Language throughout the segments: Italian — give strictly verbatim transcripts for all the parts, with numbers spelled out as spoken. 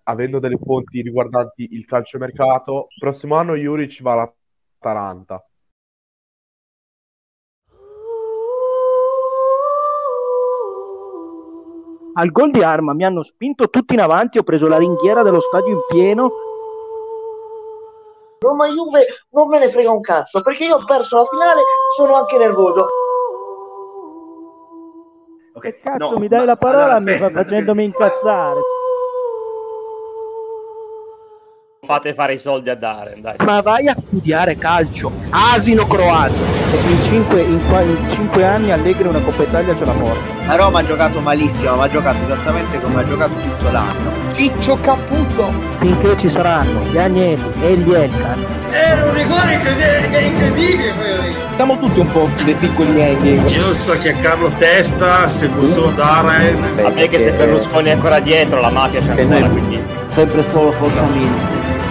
avendo delle fonti riguardanti il calciomercato, il prossimo anno Juric va all'Atalanta. Al gol di Arma mi hanno spinto tutti in avanti, ho preso la ringhiera dello stadio in pieno. Roma Juve non me ne frega un cazzo, perché io ho perso la finale, sono anche nervoso. Okay. Che cazzo no, mi dai ma, la parola allora, mi fa, facendomi incazzare. Fate fare i soldi a dare, dai. Ma vai a studiare calcio, asino croato. In cinque, in, in cinque anni Allegri una Coppa Italia ce l'ha porta. La Roma ha giocato malissimo, ma ha giocato esattamente come ha giocato tutto l'anno. Ciccio Caputo. Finché ci saranno gli Agnelli e gli Elkan. Era un rigore incredibile, incredibile quello lì. Siamo tutti un po' dei piccoli Egli. Io sto chiacchierando testa, se posso dare. A me che se Berlusconi è ancora dietro, la mafia c'è ancora, quindi. Sempre solo Forza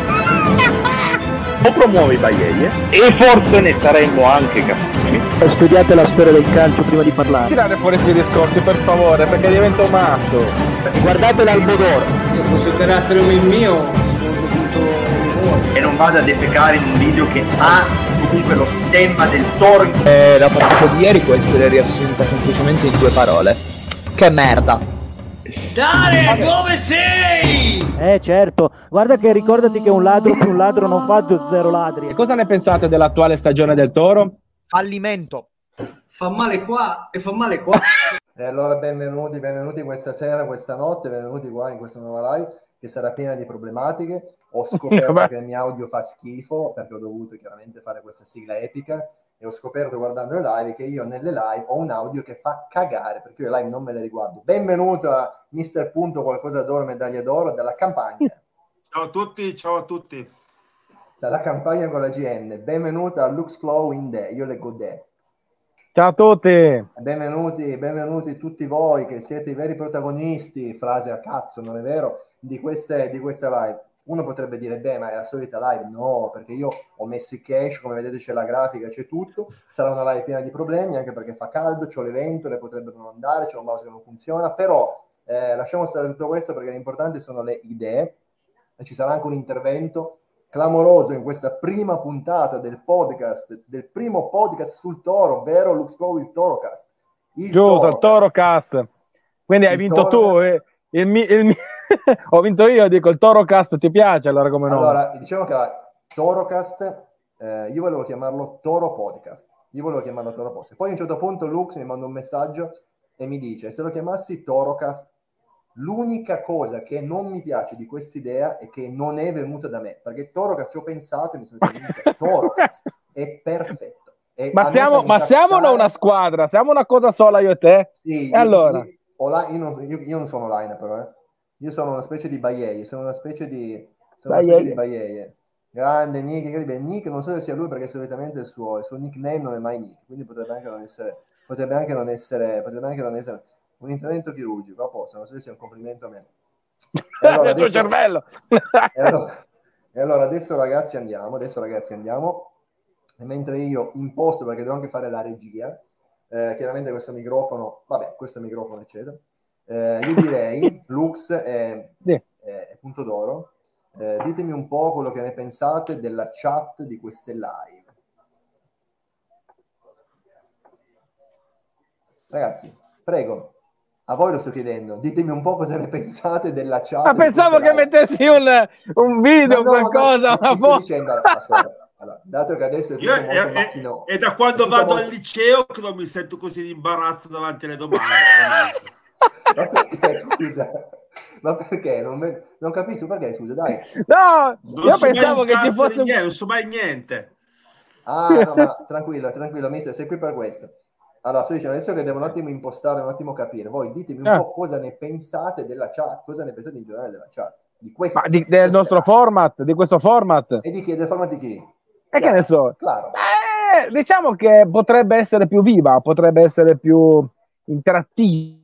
o promuovi Baieie e forse ne saremo anche capaci. Studiate la storia del calcio prima di parlare. Tirate fuori questi discorsi per favore, perché divento matto. Guardate l'Albodoro. Io posso carattere il mio, sono tutto. E non vado a defecare in un video che ha comunque lo stemma del toro. Eh, la partita di ieri può essere riassunta semplicemente in due parole. Che merda. Dare, dove sei? Eh certo, guarda che ricordati che un ladro più un ladro non fa zero ladri. E cosa ne pensate dell'attuale stagione del Toro? Fallimento. Fa male qua e fa male qua. E allora benvenuti, benvenuti questa sera, questa notte, benvenuti qua in questa nuova live che sarà piena di problematiche. Ho scoperto che il mio audio fa schifo perché ho dovuto chiaramente fare questa sigla epica. E ho scoperto guardando le live che io nelle live ho un audio che fa cagare perché io le live non me le riguardo. Benvenuto a mister Punto qualcosa d'oro, medaglia d'oro dalla campagna. Ciao a tutti, ciao a tutti. Dalla campagna con la G N. Benvenuta a Lux Flow in De, io leggo De. Ciao a tutti. Benvenuti, benvenuti tutti voi che siete i veri protagonisti, frase a cazzo, non è vero, di queste, di queste live. Uno potrebbe dire, beh, ma è la solita live. No, perché io ho messo i cache, come vedete c'è la grafica, c'è tutto. Sarà una live piena di problemi, anche perché fa caldo, c'ho le ventole, potrebbero non andare, c'è un mouse che non funziona, però eh, lasciamo stare tutto questo perché l'importante sono le idee. E ci sarà anche un intervento clamoroso in questa prima puntata del podcast, del primo podcast sul Toro, ovvero Lux Flow, il Torocast. Il Giusto, il Torocast. Quindi hai vinto tu, eh. Il mi, il mi... ho vinto io, dico il Torocast ti piace allora come nome? Allora, diciamo che la Torocast, eh, io volevo chiamarlo Toro Podcast, io volevo chiamarlo Toro Podcast. Poi a un certo punto Lux mi manda un messaggio e mi dice, se lo chiamassi Torocast, l'unica cosa che non mi piace di quest'idea è che non è venuta da me, perché Torocast ci ho pensato e mi sono detto, Torocast è perfetto. E ma siamo, ma siamo una, una squadra, siamo una cosa sola io e te? Sì, e io, allora? Io, io, io, non, io, io non sono line però, eh. Io sono una specie di Baieie, sono una specie di sono una specie di Baieie. Grande Nick, incredibile. Nick non so se sia lui perché solitamente il suo, il suo nickname non è mai Nick, quindi potrebbe anche non essere, potrebbe anche non essere, potrebbe anche non essere un intervento chirurgico, a posto, non so se sia un complimento a me. E allora, adesso, cervello. e, allora, e allora adesso ragazzi andiamo, adesso ragazzi andiamo, e mentre io imposto perché devo anche fare la regia, eh, chiaramente questo microfono, vabbè, questo microfono eccetera. Eh, io direi, Lux e, sì. e, e Punto d'Oro, eh, ditemi un po' quello che ne pensate della chat di queste live. Ragazzi, prego, a voi lo sto chiedendo, ditemi un po' cosa ne pensate della chat. Ma pensavo che live. Mettessi un, un video, no, qualcosa, no, una foto. Dicendo, allora, allora, dato che adesso è, Io, è, è, è da quando vado molto... al liceo che non mi sento così di imbarazzo davanti alle domande. Ma perché, scusa? Ma perché? Non, me... non capisco perché, scusa, dai. No, non io so pensavo che ci fosse... Niente, non so mai niente. Ah, no, ma tranquillo, tranquillo, mister, sei qui per questo. Allora, sto dicendo, adesso che devo un attimo impostare, un attimo capire, voi ditemi un eh. po' cosa ne pensate della chat, cosa ne pensate in generale della chat. Di questo, ma di, del nostro live. format, di questo format. E di chi? Del format di chi? E che ne so? Claro. Eh, diciamo che potrebbe essere più viva, potrebbe essere più interattiva.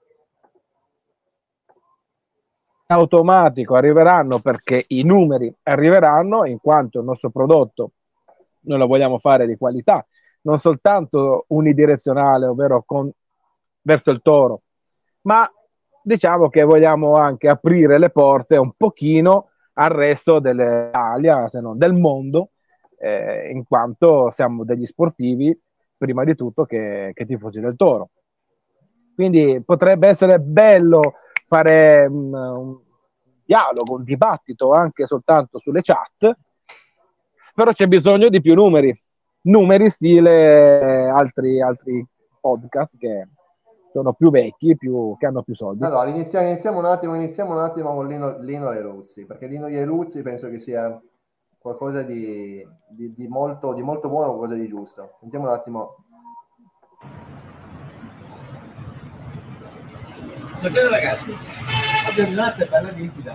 Automatico arriveranno perché i numeri arriveranno in quanto il nostro prodotto noi lo vogliamo fare di qualità, non soltanto unidirezionale, ovvero con, verso il Toro, ma diciamo che vogliamo anche aprire le porte un pochino al resto dell'Italia, se non del mondo, eh, in quanto siamo degli sportivi prima di tutto che, che tifosi del Toro. Quindi potrebbe essere bello fare un, un dialogo, un dibattito anche soltanto sulle chat, però c'è bisogno di più numeri, numeri stile altri, altri podcast che sono più vecchi, più, che hanno più soldi. Allora, iniziamo, iniziamo un attimo, iniziamo un attimo con Lino, Lino Ieluzzi, perché Lino Ieluzzi penso che sia qualcosa di, di, di, molto, di molto buono, qualcosa di giusto. Sentiamo un attimo. Buongiorno ragazzi, la giornata è bella nitida.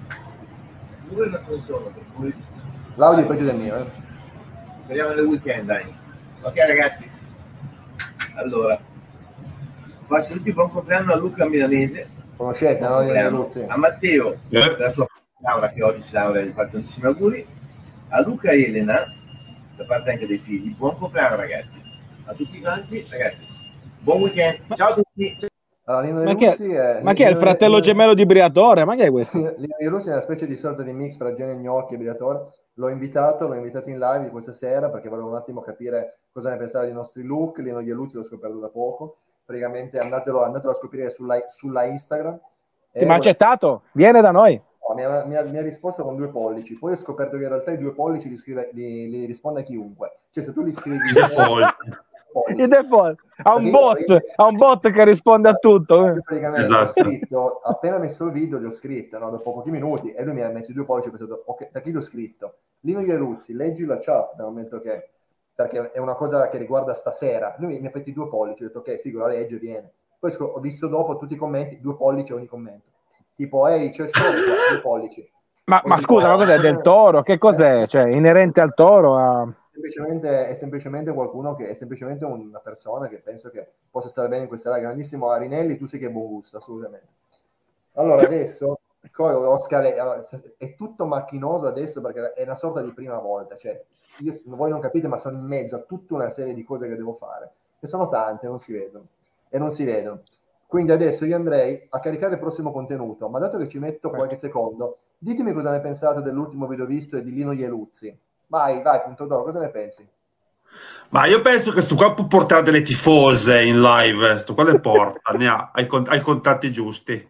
Due non ce ne sono, per cui... L'audio è peggio del mio, eh. Speriamo nel weekend, dai. Ok ragazzi, allora, faccio tutti buon compleanno a Luca Milanese. Conoscete, no? A Matteo, per la sua Laura che oggi si laurea, gli faccio tantissimi auguri. A Luca e Elena, da parte anche dei figli, buon compleanno ragazzi. A tutti quanti, ragazzi, buon weekend. Ciao a tutti. Allora, Lino ma, che chi è, è, ma chi è il fratello Lino, gemello di Briatore? Ma chi è questo? Lino Ieluzzi è una specie di sorta di mix tra Gene Gnocchi e Briatore. L'ho invitato, l'ho invitato in live di questa sera perché volevo un attimo capire cosa ne pensava dei nostri look. Lino Ieluzzi l'ho scoperto da poco. Praticamente andatelo, andatelo a scoprire sulla, sulla Instagram. Sì, ma ha accettato? Viene da noi. No, mi, ha, mi, ha, mi ha risposto con due pollici. Poi ho scoperto che in realtà i due pollici li, scrive, li, li risponde a chiunque. Cioè se tu li scrivi... I default. I default. Ha un bot, ha un bot che risponde a tutto. Io praticamente esatto. Ho scritto, appena messo il video gli ho scritto, no, dopo pochi minuti, e lui mi ha messo i due pollici e ho pensato, ok, da chi l'ho scritto? Lino Ieluzzi, leggi la chat dal momento che... perché è una cosa che riguarda stasera. Lui mi ha fatto i due pollici, ho detto ok, figo, la legge, viene. Poi ho visto dopo tutti i commenti, due pollici a ogni commento. Tipo, ehi, c'è il sole, due pollici. Ma, ma scusa, ma cos'è del Toro? Che cos'è? Cioè, inerente al Toro? A... Semplicemente, è semplicemente qualcuno che è semplicemente una persona che penso che possa stare bene in questa live. Grandissimo Arinelli, tu sei che buon gusto, assolutamente. Allora, adesso Oscar è, allora, è tutto macchinoso adesso perché è una sorta di prima volta. Cioè, io, voi non capite, ma sono in mezzo a tutta una serie di cose che devo fare. E sono tante, non si vedono. E non si vedono. Quindi adesso io andrei a caricare il prossimo contenuto, ma dato che ci metto qualche secondo, ditemi cosa ne pensate dell'ultimo video visto e di Lino Ieluzzi. Vai, vai, punto d'oro, cosa ne pensi? Ma io penso che sto qua può portare delle tifose in live, sto qua le porta, ne ha, ai, con, ai contanti giusti.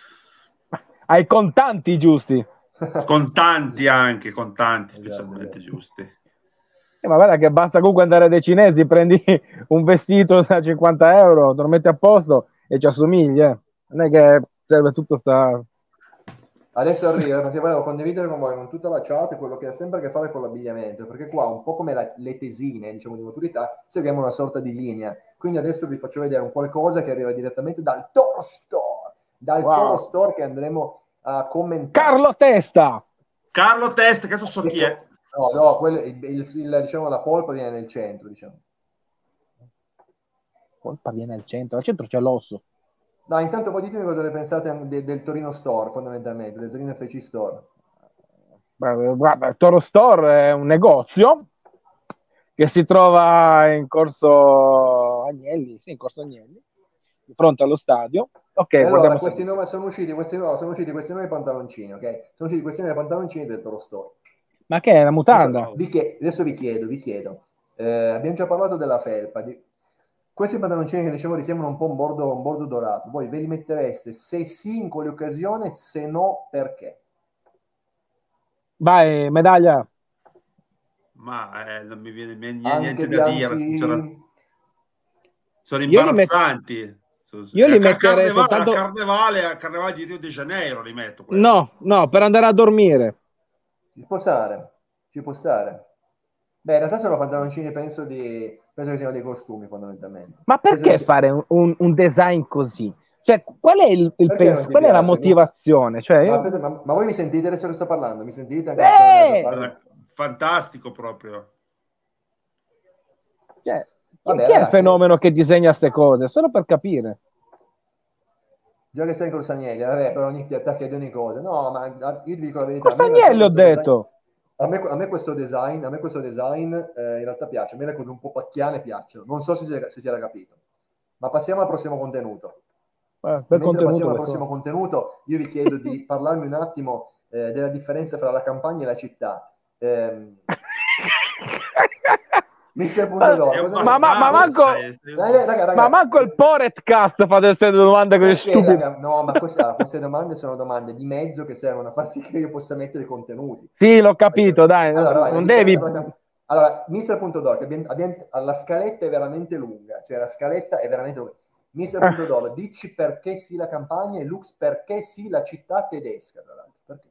Ai contanti giusti? Contanti anche, contanti specialmente giusti. Eh, ma guarda che basta comunque andare dai cinesi, prendi un vestito da cinquanta euro, te lo metti a posto e ci assomiglia. Eh. Non è che serve tutto sta... Adesso arriva, perché volevo condividere con voi, con tutta la chat, quello che ha sempre a che fare con l'abbigliamento, perché qua, un po' come la, le tesine, diciamo, di maturità, seguiamo una sorta di linea. Quindi adesso vi faccio vedere un qualcosa che arriva direttamente dal Toro Store, dal wow. Toro Store che andremo a commentare. Carlo Testa! Carlo Testa, che so chi è? No, no, quello, il, il, il, diciamo, la polpa viene nel centro, diciamo. Polpa viene al centro, al centro c'è l'osso. No, intanto voi ditemi cosa ne pensate de, del Torino Store, fondamentalmente, del Torino F C Store. Guarda, il Toro Store è un negozio che si trova in corso Agnelli, sì, in corso Agnelli, di fronte allo stadio. Ok, allora, questi nuovi sono usciti, questi nuovi, sono usciti questi nuovi pantaloncini, ok? Sono usciti questi nuovi pantaloncini del Toro Store. Ma che è, una mutanda? Adesso vi, chiedo, adesso vi chiedo, vi chiedo. Eh, abbiamo già parlato della felpa, di... Questi pantaloncini che diciamo richiamano un po' un bordo, un bordo dorato, voi ve li mettereste? Se sì, in quale occasione? Se no, perché? Vai, medaglia. Ma eh, non mi viene niente, niente da dire, sinceramente. Sono imbarazzanti. Io li, met... Io li metterei a soltanto... a Carnevale, a Carnevale di Rio de Janeiro li metto. Questo. No, no, per andare a dormire. Ci può stare, ci può stare. Beh, in realtà sono pantaloncini, penso di... penso che siano dei costumi fondamentalmente. Ma perché che... fare un, un, un design così? Cioè, qual è il, il pens- qual è la motivazione? Cioè, ma, io... ma, ma voi mi sentite adesso che sto parlando? Mi sentite? Anche eh! Fantastico proprio. Cioè, Vabbè, chi è il fenomeno che disegna queste cose? Solo per capire. Già che sei in Corsagnelli, vabbè, però ogni ti attacchi ad ogni cosa. No, ma io ti dico la verità. Corsagnelli ho detto. A me, a me questo design, a me questo design eh, in realtà piace, a me le cose un po' pacchiane piacciono, non so se si, se si era capito. Ma passiamo al prossimo contenuto. per Mentre contenuto passiamo al questo. prossimo contenuto, io vi chiedo di parlarmi un attimo eh, della differenza fra la campagna e la città. Ehm, mister Punto d'Oro, cosa ne ma, ma, ma manco, Eh, raga, raga, ma manco il Poretcast fa queste domande così perché, stupide. raga, no, ma queste, allora, queste domande sono domande di mezzo che servono a far sì che io possa mettere i contenuti. Sì, l'ho capito, dai, Allora, vai, non la devi... differenza tra- Allora, mister Punto d'Oro, che abbiamo, abbiamo- la scaletta è veramente lunga, cioè la scaletta è veramente lunga. mister Punto d'Oro, dici perché sì la campagna e Lux perché sì la città tedesca, tra l'altro. Perché?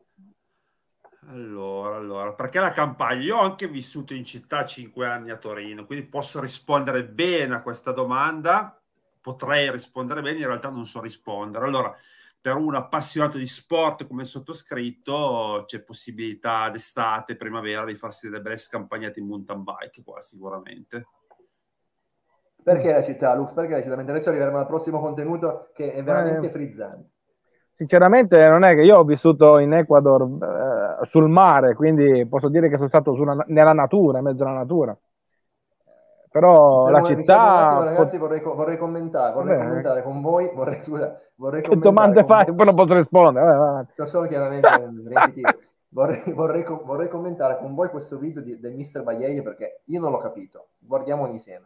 Allora, allora, perché la campagna? Io ho anche vissuto in città cinque anni a Torino, quindi posso rispondere bene a questa domanda. Potrei rispondere bene, in realtà non so rispondere. Allora, per un appassionato di sport come il sottoscritto, c'è possibilità d'estate, primavera, di farsi delle belle scampagnate in mountain bike, qua sicuramente. Perché la città, Lux? Perché la città? Mentre adesso arriveremo al prossimo contenuto che è veramente Eh, frizzante. Sinceramente non è che io ho vissuto in Ecuador eh, sul mare, quindi posso dire che sono stato sulla- nella natura, in mezzo alla natura. Però la Mi fermo un città... attimo, ragazzi, vorrei, co- vorrei commentare, vorrei Vabbè. commentare con voi, vorrei, scusa, vorrei Che commentare domande con fai? voi- Poi non posso rispondere. Vai, vai. Sto solo chiaramente un ripetitivo. Vorrei, vorrei, co- vorrei commentare con voi questo video di- del mister Bayeie perché io non l'ho capito. Guardiamolo insieme.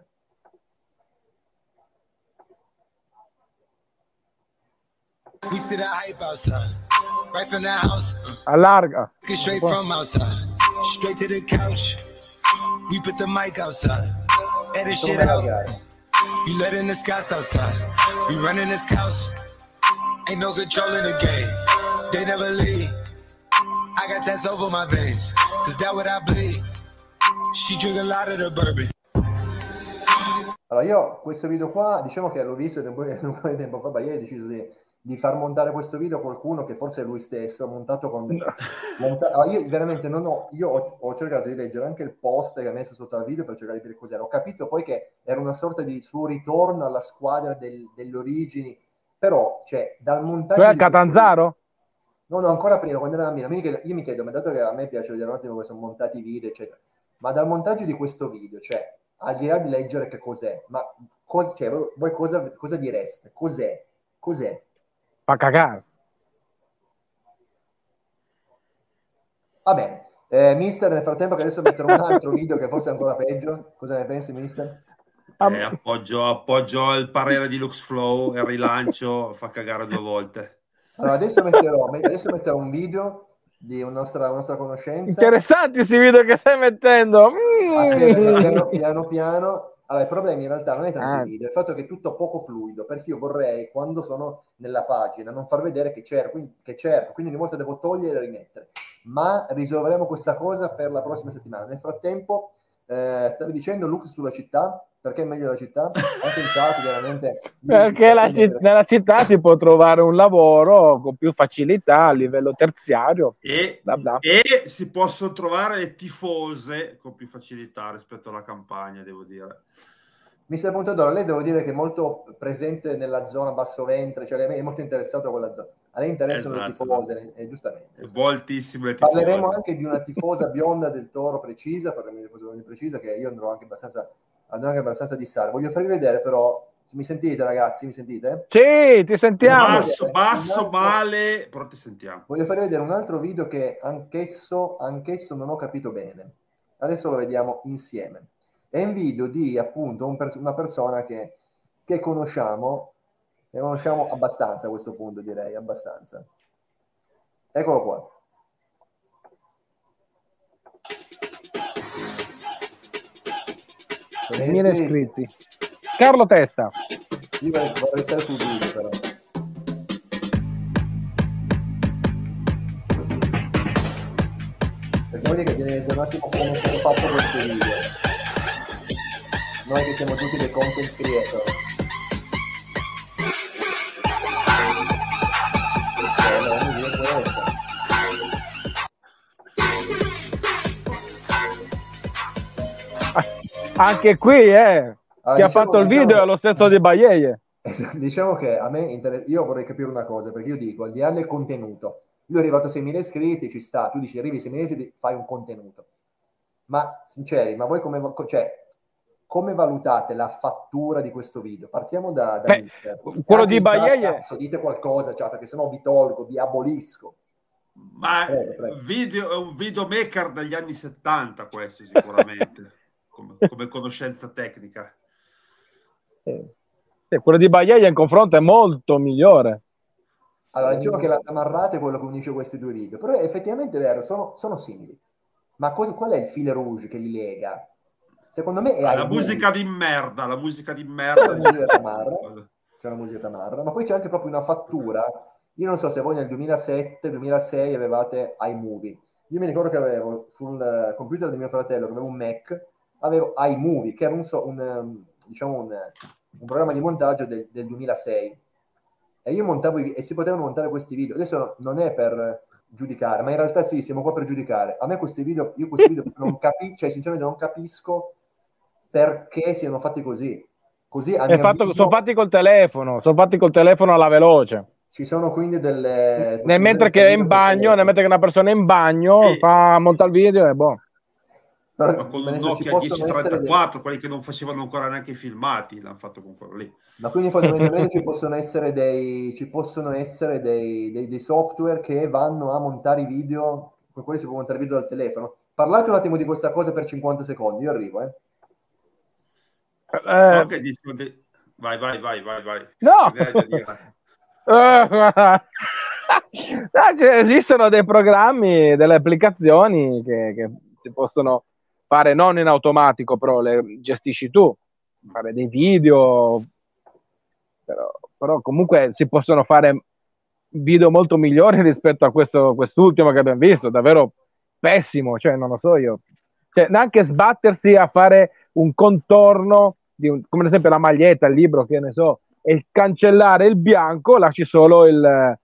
We see the hype outside, right from the house. uh, Allarga. Get straight from outside, straight to the couch. We put the mic outside, edit shit out. You letting the scouts outside, we running the scouts. Ain't no control in the game, they never leave. I got tats over my veins, cause that what I bleed. She drink a lot of the bourbon. Allora, io questo video qua, diciamo che l'ho visto tempo, un po' di tempo fa, Bayeie ha deciso di, di far montare questo video qualcuno che forse è lui stesso, ha montato con... monta- allora, io veramente non ho... Io ho, ho cercato di leggere anche il post che ha messo sotto al video per cercare di capire cos'era. Ho capito poi che era una sorta di suo ritorno alla squadra del- delle origini, però, cioè, dal montaggio... Cioè di questo Catanzaro? video- No, no, ancora prima, quando era a Milano. Mi chiedo- io mi chiedo, ma dato che a me piace vedere un attimo come sono montati i video, eccetera, ma dal montaggio di questo video, cioè, al di là di leggere che cos'è, ma cos- cioè, voi voi cosa, cosa direste? Cos'è? Cos'è? Fa cagare. Va bene. Eh, mister, nel frattempo che adesso metterò un altro video che forse è ancora peggio, cosa ne pensi, mister? Eh, appoggio, appoggio il parere di LuxFlow e il rilancio fa cagare due volte. Allora, adesso metterò, adesso metterò un video di una nostra, una nostra conoscenza. Interessanti questi video che stai mettendo. Mm. Aspetta, piano, piano piano. Allora, il problema in realtà non è tanto Ah. il video, è il fatto che è tutto poco fluido, perché io vorrei, quando sono nella pagina, non far vedere che cerco, quindi, che cerco, quindi ogni volta devo togliere e rimettere. Ma risolveremo questa cosa per la prossima settimana. Nel frattempo, eh, stavi dicendo Lux sulla città, perché è meglio la città? Anche in chat, chiaramente. Perché la citt- nella città si può trovare un lavoro con più facilità a livello terziario. E, Bla bla. e si possono trovare le tifose con più facilità rispetto alla campagna, devo dire. mister Punto d'Oro, lei devo dire che è molto presente nella zona basso ventre, cioè lei è molto interessato a quella zona. A lei interessano le Esatto, tifose, eh, giustamente. È voltissimo le tifose. Parleremo anche di una tifosa bionda del Toro precisa, parleremo di una tifosa bionda precisa che io andrò anche abbastanza, andrò anche abbastanza a dissare. Voglio farvi vedere però, mi sentite ragazzi, mi sentite? Sì, ti sentiamo. Basso, basso, male, però ti sentiamo. Voglio farvi vedere un altro video che anch'esso, anch'esso non ho capito bene. Adesso lo vediamo insieme. È un video di appunto un pers- una persona che, che conosciamo, che conosciamo abbastanza a questo punto, direi, abbastanza. Eccolo qua. Venire iscritti. Carlo Testa. Io vorrei, vorrei stare sul video però. Perché vuol dire che viene vedere un attimo come è stato fatto questo video. Noi che siamo tutti dei content creator. Eh, allora, mi dire questo. Anche qui, eh. Ah, Chi ha diciamo- fatto il diciamo- video è lo stesso di Bayeie. Diciamo che a me inter- io vorrei capire una cosa, perché io dico, al di là del contenuto, lui è arrivato a seimila iscritti, ci sta, tu dici arrivi a seimila iscritti, fai un contenuto. Ma sinceri, ma voi come, cioè, come valutate la fattura di questo video? Partiamo da, da Beh, mister. quello Anche di in chat, Baieia- cazzo, dite qualcosa, chat, perché sennò vi tolgo, vi abolisco. Ma Prego, prego. video, è un videomaker degli anni settanta questo sicuramente, come, come conoscenza tecnica. Eh, eh, quello di Baieia in confronto è molto migliore. Allora, dicevo che la tamarrata è quello che unisce questi due video, però è effettivamente vero, sono, sono simili. Ma cosa- qual è il fil rouge che li lega? Secondo me è Ah, la iMovie. musica di merda, la musica di C'è merda. la musica tamarra, c'è la musica tamarra, ma poi c'è anche proprio una fattura. Io non so se voi nel duemilasette duemilasei avevate iMovie. Io mi ricordo che avevo sul computer di mio fratello, che aveva un Mac, avevo iMovie, che era un, so- un, um, diciamo un, un programma di montaggio del, del duemilasei. E io montavo i vi- e si potevano montare questi video. Adesso non è per giudicare, ma in realtà sì, siamo qua per giudicare. A me questi video, io questi video non capisco, cioè sinceramente non capisco perché siano fatti così. Così a È mio fatto, avviso, sono fatti col telefono, sono fatti col telefono alla veloce. ci sono quindi delle... Nel mentre che è in bagno, nel mentre che una persona è in bagno, Sì. fa monta il video e boh. Però, Ma con nel un senso, ci Nokia possono essere dei- dieci trentaquattro, quelli che non facevano ancora neanche i filmati, l'hanno fatto con quello lì. Ma quindi fondamentalmente ci possono essere dei, ci possono essere dei, dei- dei software che vanno a montare i video, con quelli si può montare video dal telefono. Parlate un attimo di questa cosa per cinquanta secondi, io arrivo, eh. So Eh, che esistono dei... Vai, vai, vai, vai, vai. No! Che hai da dire? No, cioè, esistono dei programmi, delle applicazioni che, che si possono fare non in automatico, però le gestisci tu, fare dei video, però, però comunque si possono fare video molto migliori rispetto a questo quest'ultimo che abbiamo visto, davvero pessimo, cioè non lo so io, cioè, neanche sbattersi a fare un contorno di un, come ad esempio la maglietta, il libro, che ne so, e cancellare il bianco, lasci solo il,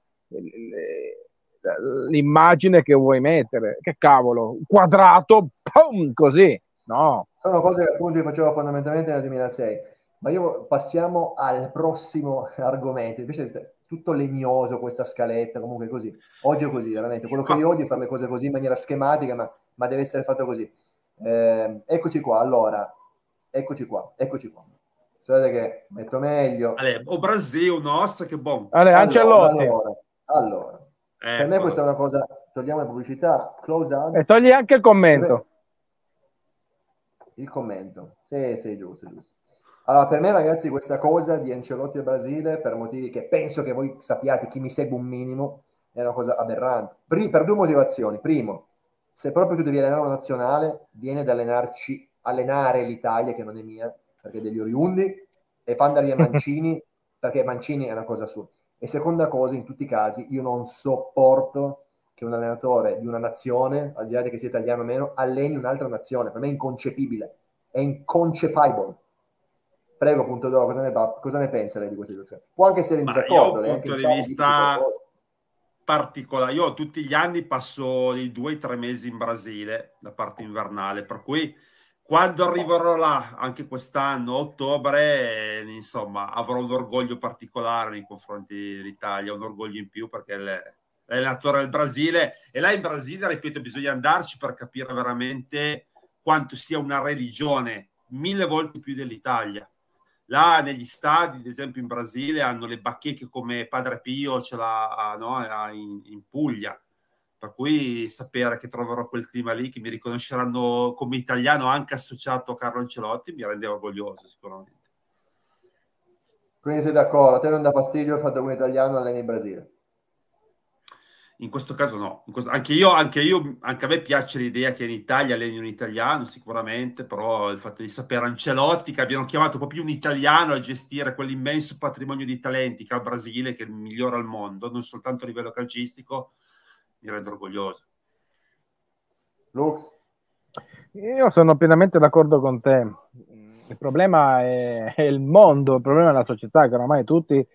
il- l'immagine che vuoi mettere. Che cavolo, un quadrato, pum, così. No. Sono cose che appunto io facevo fondamentalmente nel duemilasei. Ma io passiamo al prossimo argomento. Invece è tutto legnoso questa scaletta, comunque così. Oggi è così, veramente. Quello che io odio è fare le cose così in maniera schematica, ma, ma deve essere fatto così. Eh, eccoci qua, allora. Eccoci qua, eccoci qua. Sapete che metto meglio. Ale, o Brasile, o nostra, che buon. Allora, Ancelotti. Allora, allora. Per me Ecco. questa è una cosa, togliamo le pubblicità, close out. E togli anche il commento. Il commento, sì, sì, giusto, giusto. Allora, per me, ragazzi, questa cosa di Ancelotti e Brasile, per motivi che penso che voi sappiate, chi mi segue un minimo, è una cosa aberrante. Pri- per due motivazioni. Primo, se proprio tu devi allenare una nazionale, viene ad allenarci, allenare l'Italia, che non è mia, perché è degli oriundi, e fa andare via Mancini, perché Mancini è una cosa sua. E seconda cosa, in tutti i casi, io non sopporto che un allenatore di una nazione, al di là di che sia italiano o meno, alleni un'altra nazione. Per me è inconcepibile, è inconcepibile. Prego, punto d'oro, cosa ne, cosa ne pensa lei di questa situazione? Può anche essere in Ma io disaccordo. ho lei un anche punto in di chat dice vista qualcosa. particolare. Io tutti gli anni passo i due o tre mesi in Brasile, la parte invernale, per cui quando arriverò là, anche quest'anno, a ottobre, eh, insomma, avrò un orgoglio particolare nei confronti dell'Italia, un orgoglio in più perché le- l'allenatore del Brasile, e là in Brasile, ripeto, bisogna andarci per capire veramente quanto sia una religione, mille volte più dell'Italia. Là negli stadi, ad esempio in Brasile, hanno le bacheche come Padre Pio ce l'ha, no, in, in Puglia. Per cui sapere che troverò quel clima lì, che mi riconosceranno come italiano anche associato a Carlo Ancelotti, mi rende orgoglioso sicuramente. Quindi sei d'accordo, a te non dà fastidio il fatto che un italiano alleni in Brasile? In questo caso no. In questo- anche, io, anche io, anche a me piace l'idea che in Italia alleni un italiano, sicuramente, però il fatto di sapere Ancelotti, che abbiano chiamato proprio un italiano a gestire quell'immenso patrimonio di talenti che ha il Brasile, che è il migliore al mondo, non soltanto a livello calcistico, mi rende orgoglioso. Lux? Io sono pienamente d'accordo con te. Il problema è, è il mondo, il problema è la società, che oramai tutti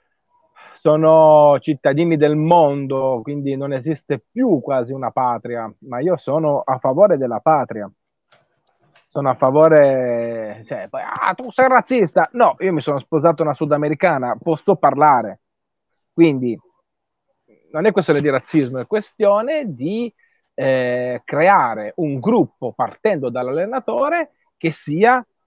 sono cittadini del mondo, quindi non esiste più quasi una patria, ma io sono a favore della patria. Sono a favore, cioè, poi, ah, tu sei razzista. No, io mi sono sposato una sudamericana, posso parlare. Quindi non è questione di razzismo, è questione di eh, creare un gruppo partendo dall'allenatore che sia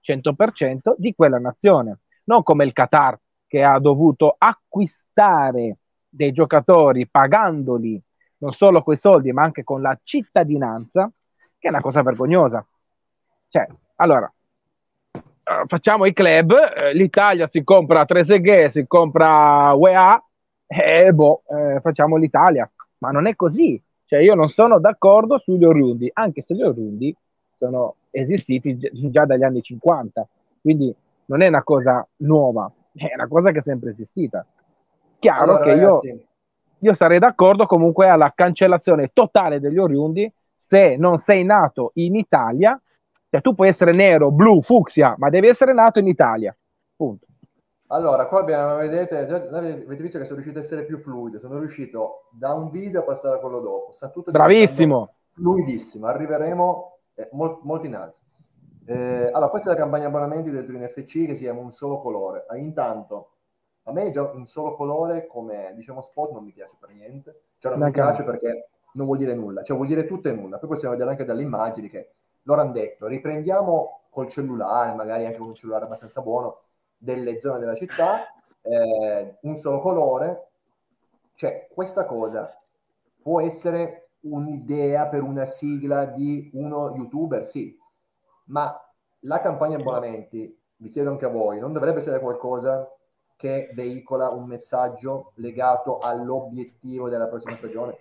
cento per cento di quella nazione, non come il Qatar che ha dovuto acquistare dei giocatori pagandoli non solo coi soldi ma anche con la cittadinanza, che è una cosa vergognosa. Cioè, allora, eh, facciamo i club, eh, l'Italia si compra Trezeguet, si compra U E A, e boh, eh, facciamo l'Italia. Ma non è così. Cioè, io non sono d'accordo sugli oriundi, anche se gli oriundi sono esistiti gi- già dagli anni cinquanta, quindi non è una cosa nuova, è una cosa che è sempre esistita. Chiaro Allora, che io, ragazzi, io sarei d'accordo comunque alla cancellazione totale degli oriundi se non sei nato in Italia. Cioè, tu puoi essere nero, blu, fucsia, ma devi essere nato in Italia. Punto. allora, qua abbiamo, vedete, già, avete visto che sono riuscito a essere più fluido, sono riuscito da un video a passare a quello dopo. Sta tutto Bravissimo. fluidissimo, arriveremo eh, mol, molto in alto. Eh, allora, questa è la campagna abbonamenti del Torino F C che si chiama un solo colore. Ah, intanto, a me già un solo colore come, diciamo, spot non mi piace per niente. Cioè non mi Neanche a piace me. perché non vuol dire nulla. Cioè vuol dire tutto e nulla. Poi possiamo vedere anche dalle immagini che loro hanno detto, riprendiamo col cellulare, magari anche con un cellulare abbastanza buono, delle zone della città, eh, un solo colore. Cioè, questa cosa può essere un'idea per una sigla di uno youtuber, sì, ma la campagna abbonamenti, vi chiedo anche a voi, non dovrebbe essere qualcosa che veicola un messaggio legato all'obiettivo della prossima stagione?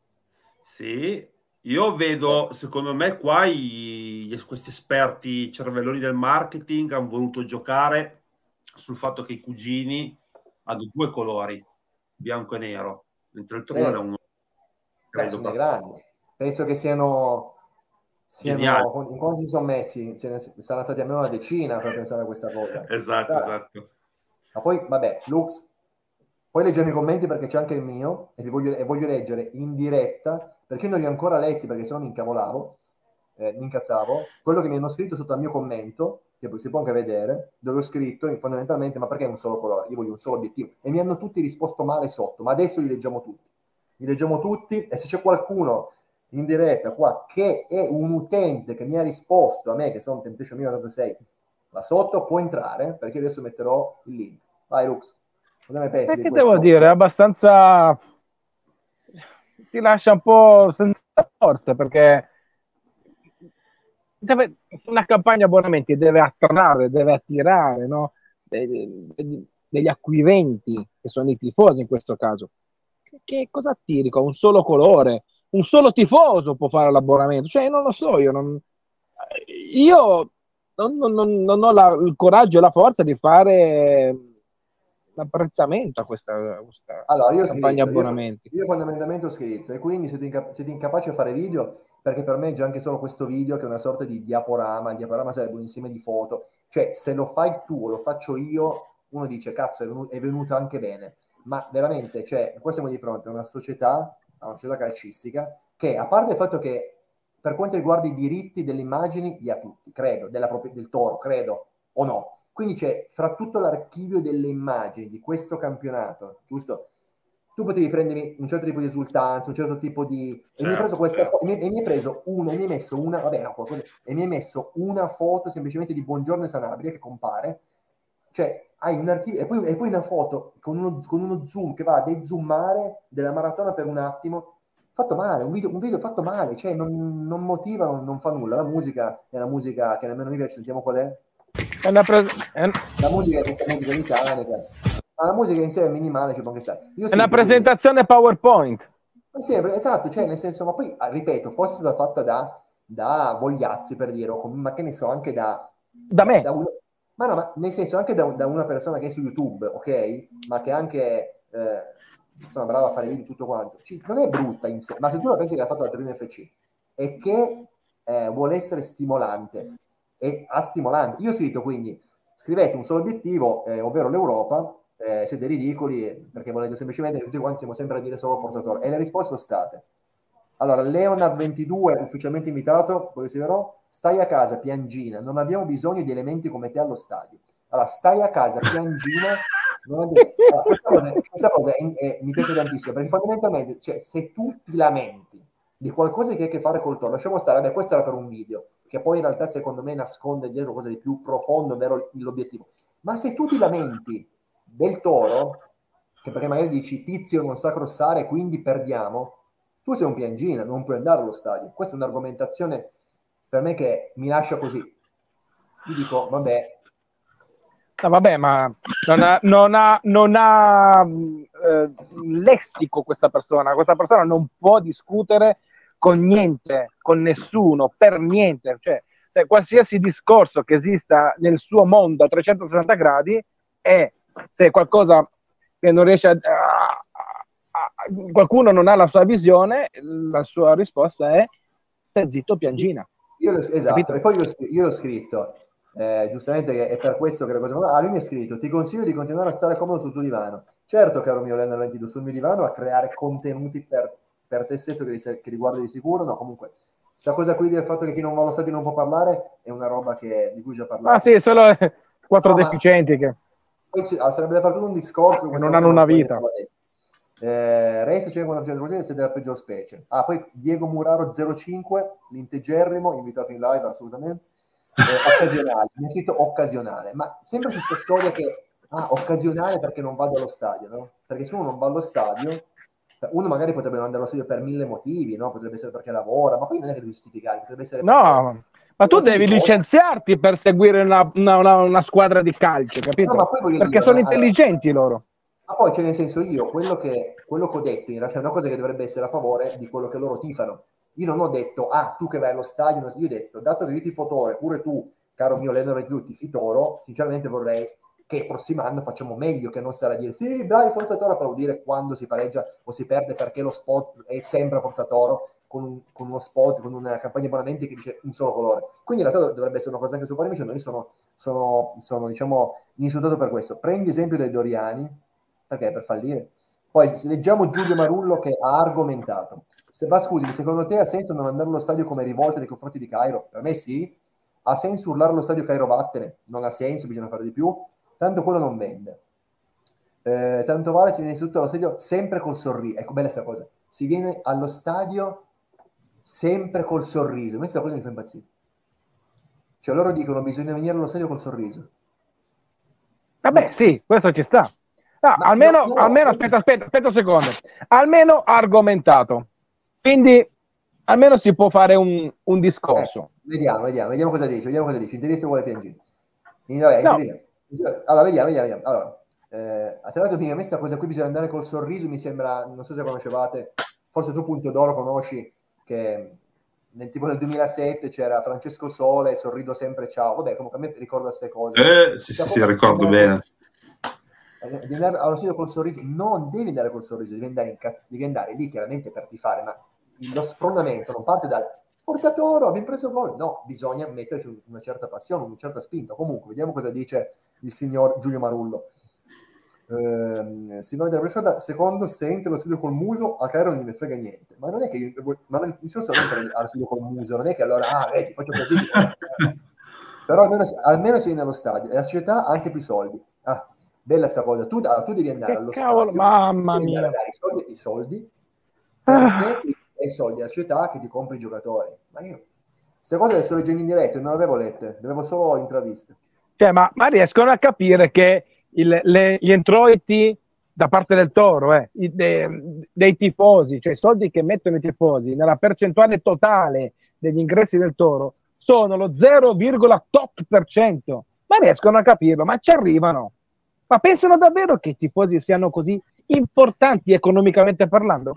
Sì, io vedo, secondo me qua i, questi esperti cervelloni del marketing hanno voluto giocare sul fatto che i cugini hanno due colori, bianco e nero, mentre il Torino Eh, è uno. beh, sono dei grandi. Penso che siano, Geniali. siano in quanti sono messi? Se ne- saranno stati almeno una decina per pensare a questa cosa. Esatto, Dai. esatto. Ma poi, vabbè, Lux, poi leggiamo i commenti perché c'è anche il mio e, vi voglio, e voglio leggere in diretta, perché io non li ho ancora letti perché sennò mi incavolavo, eh, mi incazzavo, quello che mi hanno scritto sotto al mio commento, che poi si può anche vedere, dove ho scritto fondamentalmente, ma perché un solo colore? Io voglio un solo obiettivo. E mi hanno tutti risposto male sotto, ma adesso li leggiamo tutti. Li leggiamo tutti e se c'è qualcuno in diretta qua che è un utente che mi ha risposto a me, che sono Temptation mille novantasei, là sotto, può entrare, perché adesso metterò il link. Vai Lux, cosa ne pensi E di che questo? devo dire, è abbastanza, ti lascia un po' senza forza, perché deve, una campagna abbonamenti deve attrarre, deve attirare, no? degli, degli acquirenti, che sono i tifosi in questo caso. Che, che cosa attiri con un solo colore? Un solo tifoso può fare l'abbonamento, cioè non lo so, io non, io non, non- non- non ho la- il coraggio e la forza di fare l'apprezzamento a questa, a questa Allora, io ho campagna scritto, io, abbonamenti. io fondamentalmente ho scritto, e quindi siete, inca- siete incapaci a fare video, perché per me già anche solo questo video, che è una sorta di diaporama, il diaporama sarebbe un insieme di foto, cioè se lo fai tu o lo faccio io, uno dice, cazzo, è venuto, è venuto anche bene, ma veramente, cioè, qua siamo di fronte a una società, a una società calcistica, che a parte il fatto che per quanto riguarda i diritti delle immagini, li ha tutti, credo, della propria- del Toro, credo, o no. Quindi c'è fra tutto l'archivio delle immagini di questo campionato, giusto? Tu potevi prendermi un certo tipo di esultanza, un certo tipo di... e mi hai Certo, preso questa certo. fo- e mi, e mi hai preso una, e mi hai messo una, vabbè, no, qualcosa- e mi hai messo una foto semplicemente di Buongiorno Sanabria che compare, cioè hai un archivio, e poi, e poi una foto con uno, con uno zoom che va a dezoomare della maratona per un attimo, fatto male, un video, un video fatto male, cioè non, non motiva, non, non fa nulla. La musica è una musica che nemmeno mi piace, sentiamo qual è? È una pre- è un- La musica è questa musica meccanica, ma la musica in sé è minimale, ci può anche stare. Io è una sì, presentazione PowerPoint. ma sì, esatto, cioè nel senso, ma poi ah, ripeto, forse è stata fatta da, da Vogliazzi per dire, o com- ma che ne so, anche da, Da me. da un- ma no, ma nel senso anche da, da una persona che è su YouTube, ok? Ma che anche eh, insomma brava a fare video e tutto quanto. Ci- non è brutta in sé, ma se tu la pensi che ha fatto la Torino F C e che eh, vuole essere stimolante e ha stimolante, io ho scritto quindi scrivete un solo obiettivo, eh, ovvero l'Europa. Eh, siete ridicoli perché volete semplicemente che tutti quanti siamo sempre a dire solo Forza Torino, e le risposte sono state: allora, Leonard ventidue ufficialmente invitato, poi scriverò, stai a casa piangina, non abbiamo bisogno di elementi come te allo stadio. Allora, stai a casa piangina, non abbiamo... allora, questa cosa, questa cosa è- è- mi piace tantissimo, perché fondamentalmente, cioè, se tu ti lamenti di qualcosa che ha a che fare col Toro, lasciamo stare, vabbè, questo era per un video, che poi in realtà secondo me nasconde dietro qualcosa di più profondo, ovvero l'obiettivo. Ma se tu ti lamenti del Toro, che perché magari dici Tizio non sa crossare, quindi perdiamo, tu sei un piangina, non puoi andare allo stadio. Questa è un'argomentazione per me che mi lascia così. Io dico, vabbè. No, vabbè, ma non ha, non ha, non ha eh, lessico questa persona. Questa persona non può discutere con niente, con nessuno, per niente. Cioè, cioè, qualsiasi discorso che esista nel suo mondo a trecentosessanta gradi è, se qualcosa che non riesce a, a, a, a qualcuno non ha la sua visione, la sua risposta è stai zitto, piangina. Io esatto, capito? E poi io, io ho scritto Eh, giustamente che è per questo che la cosa ah, lui mi ha scritto: ti consiglio di continuare a stare comodo sul tuo divano. Certo, caro mio Lennart ventidue, sul mio divano a creare contenuti per, per te stesso che, che riguarda di sicuro. No, comunque questa cosa qui del fatto che chi non va allo stadio non può parlare è una roba che, di cui già parlato. Ah sì, solo eh, quattro no, deficienti che poi ci, allora, sarebbe da fare tutto un discorso che non hanno una vita. eh, Reis cinquanta per cento della peggior specie. Ah, poi Diego Muraro zero cinque, l'integerrimo, invitato in live assolutamente. Eh, occasionale, mi sento occasionale, ma sempre questa storia che ah, occasionale perché non vado allo stadio, no? Perché se uno non va allo stadio, uno magari potrebbe non andare allo stadio per mille motivi, no? Potrebbe essere perché lavora, ma poi non è che devi giustificare, potrebbe essere no, ma tu devi licenziarti per seguire una, una, una, una squadra di calcio, capito? No, perché dire, sono intelligenti allora, loro. Ma poi, cioè, nel senso, io quello che, quello che ho detto in realtà è una cosa che dovrebbe essere a favore di quello che loro tifano. Io non ho detto, ah, tu che vai allo stadio, io ho detto, dato che io tifo Toro, pure tu, caro mio Lennart, tu tifi Toro, sinceramente vorrei che il prossimo anno facciamo meglio, che non stare a dire, sì, dai, Forza Toro, applaudire quando si pareggia o si perde, perché lo spot è sempre Forza Toro, con, un, con uno spot, con una campagna di abbonamenti che dice un solo colore. Quindi in realtà dovrebbe essere una cosa anche su Paremici, io sono, sono, sono, diciamo, insultato per questo. Prendi esempio dei Doriani, perché per fallire. Poi leggiamo Giulio Marullo che ha argomentato. Se va, scusi, secondo te ha senso non andare allo stadio come rivolta nei confronti di Cairo? Per me sì. Ha senso urlare allo stadio Cairo vattene? Non ha senso, bisogna fare di più. Tanto quello non vende. Eh, tanto vale si viene innanzitutto allo stadio sempre col sorriso. Ecco, bella questa cosa. Si viene allo stadio sempre col sorriso. Questa cosa mi fa impazzire. Cioè loro dicono bisogna venire allo stadio col sorriso. Vabbè, sì, questo ci sta. No, almeno, no, no, almeno aspetta, aspetta, aspetta un secondo. Almeno argomentato. Quindi almeno si può fare un, un discorso. Eh, vediamo, vediamo, vediamo cosa dice, vediamo cosa dice. Interista vuole piangere. Vabbè, no. Allora, vediamo, vediamo, vediamo. Allora, eh, a tra l'altro, a me questa cosa qui bisogna andare col sorriso, mi sembra, non so se conoscevate, forse tu Punto d'Oro conosci, che nel tipo del duemilasette c'era Francesco Sole, sorrido sempre, ciao. Vabbè, comunque a me ricorda queste cose. Eh, sì, sì, sì, ricordo bene. Devi andare allo studio col sorriso, non devi andare col sorriso, devi andare, in cazzo, devi andare lì chiaramente per tifare, ma lo sprondamento non parte dal Forza Toro, abbiamo preso gol, no, bisogna metterci una certa passione, una certa spinta. Comunque, vediamo cosa dice il signor Giulio Marullo. Ehm, signore della persona, secondo, se entri allo studio col muso, a Cairo non mi frega niente, ma non è che io, ma non, mi sono sempre allo studio col muso, non è che allora, ah, vedi, faccio così, però almeno, almeno se vieni allo stadio, e la società ha anche più soldi. Ah, bella sta cosa, tu, tu devi andare che allo cavolo, stadio, mamma mia, a dare i soldi, i soldi perché ah. i soldi alla società che ti compri i giocatori. Ma io queste cose le sto leggendo in diretta, non le avevo lette, le avevo solo intraviste. Cioè, ma, ma riescono a capire che il, le, gli introiti da parte del Toro, eh, i, de, dei tifosi, cioè i soldi che mettono i tifosi nella percentuale totale degli ingressi del Toro sono lo zero virgola otto per cento. Ma riescono a capirlo, ma ci arrivano. Ma pensano davvero che i tifosi siano così importanti economicamente parlando?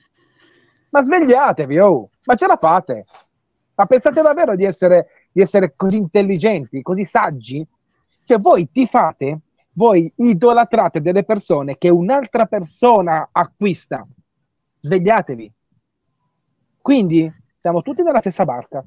Ma svegliatevi, oh! Ma ce la fate? Ma pensate davvero di essere, di essere così intelligenti, così saggi? Cioè voi tifate, voi idolatrate delle persone che un'altra persona acquista. Svegliatevi. Quindi siamo tutti nella stessa barca.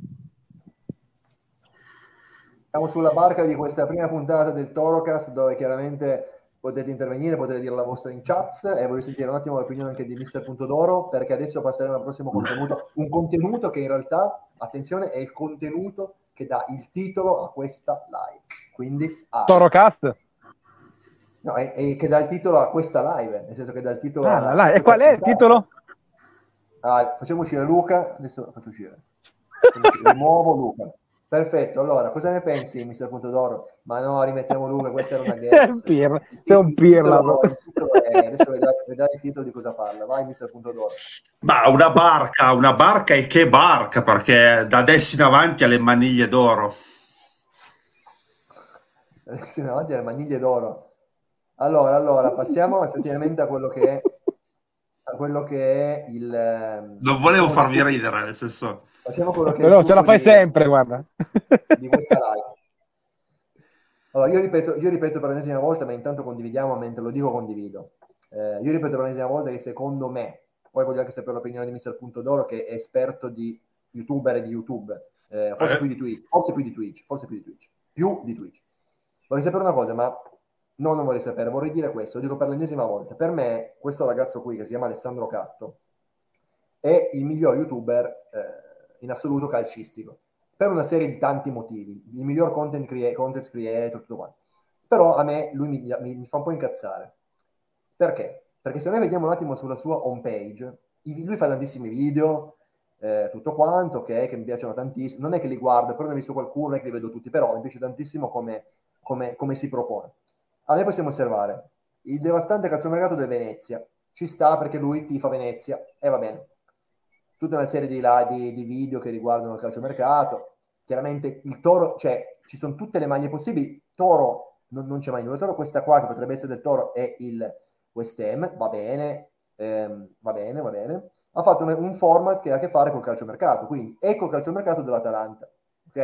Siamo sulla barca di questa prima puntata del Torocast, dove chiaramente potete intervenire, potete dire la vostra in chat e voglio sentire un attimo l'opinione anche di mister Punto d'Oro, perché adesso passeremo al prossimo contenuto, un contenuto che in realtà, attenzione, è il contenuto che dà il titolo a questa live. Quindi ah, Torocast? No, è, è che dà il titolo a questa live, nel senso che dà il titolo ah, a, a E qual è il titolo? Ah, facciamo uscire Luca, adesso lo faccio uscire. Facciamo uscire. Rimuovo Luca. Perfetto, allora, cosa ne pensi, mister Punto d'Oro? Ma no, rimettiamo Luca, questa era una guerra. Sei un pirla. Adesso vedrai, vedrai il titolo di cosa parla. Vai, mister Punto d'Oro. Ma una barca, una barca e che barca, perché da adesso in avanti alle maniglie d'oro. Da adesso in avanti alle maniglie d'oro. Allora, allora, passiamo effettivamente a quello che è, a quello che è il... Non volevo farvi ridere, nel senso... Passiamo a quello che è Però il ce la fai di, sempre, guarda. di questa live. Allora, io ripeto, io ripeto per l'ennesima volta, ma intanto condividiamo, mentre lo dico condivido. Eh, io ripeto per l'ennesima volta che secondo me, poi voglio anche sapere l'opinione di mister Punto d'Oro, che è esperto di youtuber e di YouTube, eh, forse, Eh. più di Twitch, forse più di Twitch, forse più di Twitch, più di Twitch. Vorrei sapere una cosa, ma no, non vorrei sapere, vorrei dire questo, lo dico per l'ennesima volta. Per me, questo ragazzo qui, che si chiama Alessandro Catto, è il miglior youtuber eh, in assoluto calcistico, per una serie di tanti motivi, il miglior content, crea- content creator, tutto quanto. Però a me lui mi, mi, mi fa un po' incazzare. Perché? Perché se noi vediamo un attimo sulla sua home page, lui fa tantissimi video, eh, tutto quanto, okay, che mi piacciono tantissimo, non è che li guardo, però ne ho visto qualcuno, non è che li vedo tutti, però mi piace tantissimo come, come, come si propone. Allora possiamo osservare il devastante calciomercato del Venezia, ci sta perché lui tifa Venezia, e va bene. Tutta una serie di, là, di, di video che riguardano il calciomercato, chiaramente il Toro, cioè ci sono tutte le maglie possibili, Toro non, non c'è mai nulla, Toro questa qua che potrebbe essere del Toro è il West Ham, va bene, ehm, va bene, va bene, ha fatto un, un format che ha a che fare col calciomercato, quindi ecco il calciomercato dell'Atalanta, ok?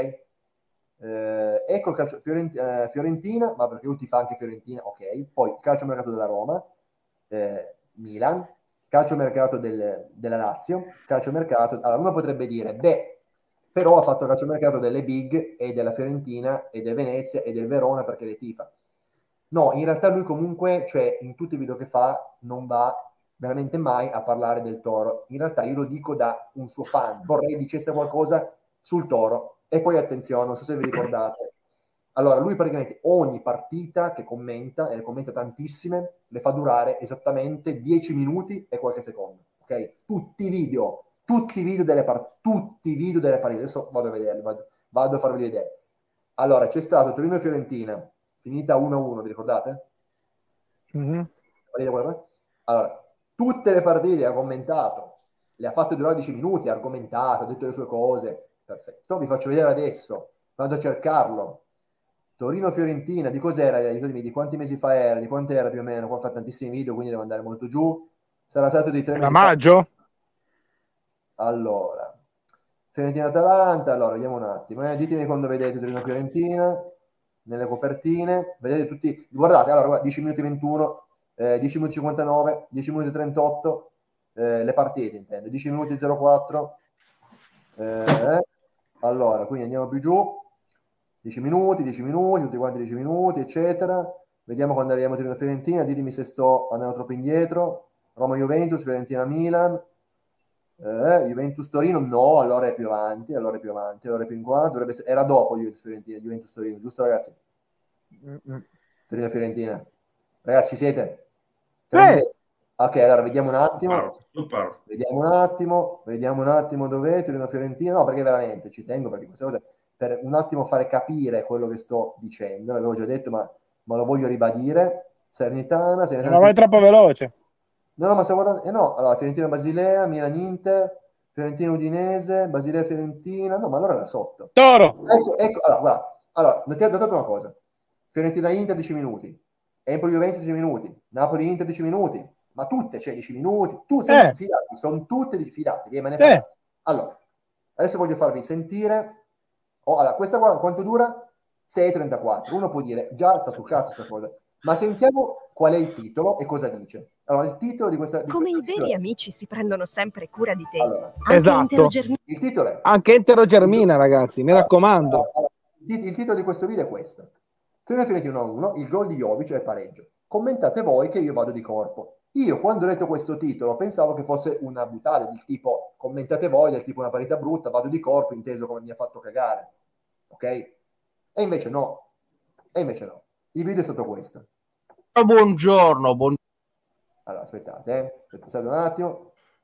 Eh, ecco il calcio, Fiorent, eh, Fiorentina, ma perché lui ti fa anche Fiorentina, ok, poi il calciomercato della Roma, eh, Milan, calciomercato del, della Lazio, calciomercato, allora uno potrebbe dire, beh, però ha fatto il calciomercato delle Big e della Fiorentina e del Venezia e del Verona perché le tifa. No, in realtà lui comunque, cioè in tutti i video che fa, non va veramente mai a parlare del Toro. In realtà io lo dico da un suo fan, vorrei dicesse qualcosa sul Toro. E poi attenzione, non so se vi ricordate, allora lui praticamente ogni partita che commenta, e ne commenta tantissime, le fa durare esattamente dieci minuti e qualche secondo, ok? Tutti i video, tutti i video delle partite, tutti i video delle partite, adesso vado a vederli, vado, vado a farvi vedere. Allora, c'è stato Torino e Fiorentina, finita uno a uno, vi ricordate? Mm-hmm. Allora, tutte le partite ha commentato, le ha fatte durare dieci minuti, ha argomentato, ha detto le sue cose, perfetto, vi faccio vedere adesso, vado a cercarlo. Torino-Fiorentina, di cos'era? Aiutami, di quanti mesi fa era? Di quanto era più o meno? Qua fa tantissimi video, quindi devo andare molto giù. Sarà stato di tre mesi a maggio? Fa. Allora, Fiorentina-Atalanta, allora, vediamo un attimo. Eh. Ditemi quando vedete Torino-Fiorentina, nelle copertine. Vedete tutti, guardate, allora, guarda, dieci minuti ventuno, eh, dieci minuti cinquantanove, dieci minuti trentotto, eh, le partite, intendo, dieci minuti zero quattro. Eh, allora, quindi andiamo più giù. dieci minuti, dieci minuti, tutti quanti dieci minuti, eccetera. Vediamo quando arriviamo a Torino Fiorentina, ditemi se sto andando troppo indietro. Roma Juventus, Fiorentina Milan, eh, Juventus Torino, no, allora è più avanti, allora è più avanti, allora è più in qua, dovrebbe essere, era dopo Juventus Fiorentina, Juventus Torino, giusto ragazzi? Mm-hmm. Torino Fiorentina. Ragazzi, ci siete? Sì. Ok, allora vediamo un attimo. Super, super. Vediamo un attimo, vediamo un attimo dov'è Torino Fiorentina. No, perché veramente ci tengo perché queste cose per un attimo fare capire quello che sto dicendo, l'avevo già detto, ma, ma lo voglio ribadire. Salernitana, Salernitana. Non vai troppo veloce. No, no, ma sto guardando. Eh no, allora Fiorentina Basilea, Milan Inter, Fiorentina Udinese, Basilea Fiorentina. No, ma allora era sotto. Toro. Ecco, ecco, allora, guarda. Allora, notate una cosa. Fiorentina Inter dieci minuti, Empoli Juventus dieci minuti, Napoli Inter dieci minuti, ma tutte, cioè dieci minuti, tu sono eh. fidati, sono tutte diffidate, via, me ne eh. Allora, adesso voglio farvi sentire. Oh, allora, questa qua quanto dura? sei e trentaquattro. Uno può dire, già sta sul cazzo questa cosa. Ma sentiamo qual è il titolo e cosa dice. Allora, il titolo di questa... Di Come i titolo veri è... amici si prendono sempre cura di te. Allora, anche esatto. Germina... Il titolo è... Anche Entero Germina, ragazzi, mi allora, raccomando. Allora, il, il titolo di questo video è questo. Torino Fiorentina uno a uno, il gol di Jovic è il pareggio. Commentate voi che io vado di corpo. Io quando ho letto questo titolo pensavo che fosse una buttata del tipo, commentate voi, del tipo una partita brutta, vado di corpo, inteso come mi ha fatto cagare. Ok? E invece no. E invece no. Il video è stato questo. Buongiorno, buon... Allora, aspettate, eh. aspettate un attimo.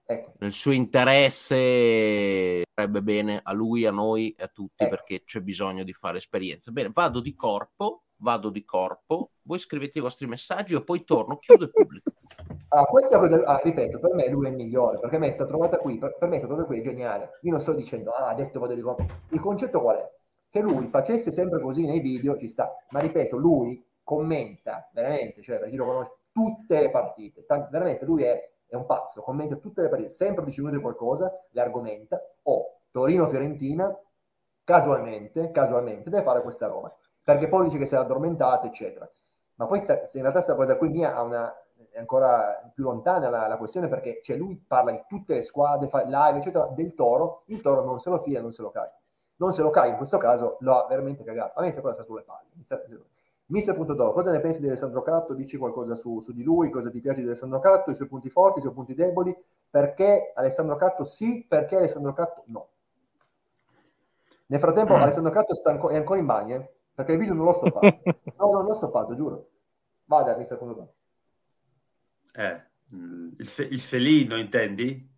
Ecco. Nel suo interesse farebbe bene a lui, a noi e a tutti, ecco. perché c'è bisogno di fare esperienza. Bene, vado di corpo, vado di corpo, voi scrivete i vostri messaggi e poi torno, chiudo e pubblico. Ah, questa cosa, ah, ripeto, per me lui è il migliore, perché a me è stata trovata qui, per, per me è stata trovata qui, è geniale. Io non sto dicendo, ah, ha detto vado di corpo. Il concetto qual è? Che lui facesse sempre così nei video, ci sta. Ma ripeto, lui commenta, veramente, cioè per chi lo conosce, tutte le partite. Tant- veramente, lui è, è un pazzo, commenta tutte le partite, sempre dieci minuti qualcosa, le argomenta. O Torino-Fiorentina, casualmente, casualmente, deve fare questa roba. Perché poi dice che si è addormentato, eccetera. Ma poi sta, se in realtà questa cosa qui mia ha una... è ancora più lontana la, la questione, perché cioè, lui parla di tutte le squadre, fa live, eccetera, del Toro. Il Toro non se lo fila, non se lo caga. Non se lo caga, in questo caso lo ha veramente cagato. A me questa cosa sta sulle palle. Mister.Toro, cosa ne pensi di Alessandro Catto? Dici qualcosa su, su di lui, cosa ti piace di Alessandro Catto, i suoi punti forti, i suoi punti deboli, perché Alessandro Catto sì, perché Alessandro Catto no. Nel frattempo Alessandro Catto sta anco- è ancora in bagno, eh? Perché il video non l'ho stoppato. No, non l'ho stoppato, giuro. Vada, Mister.Toro. Eh, il, fe- il felino, intendi?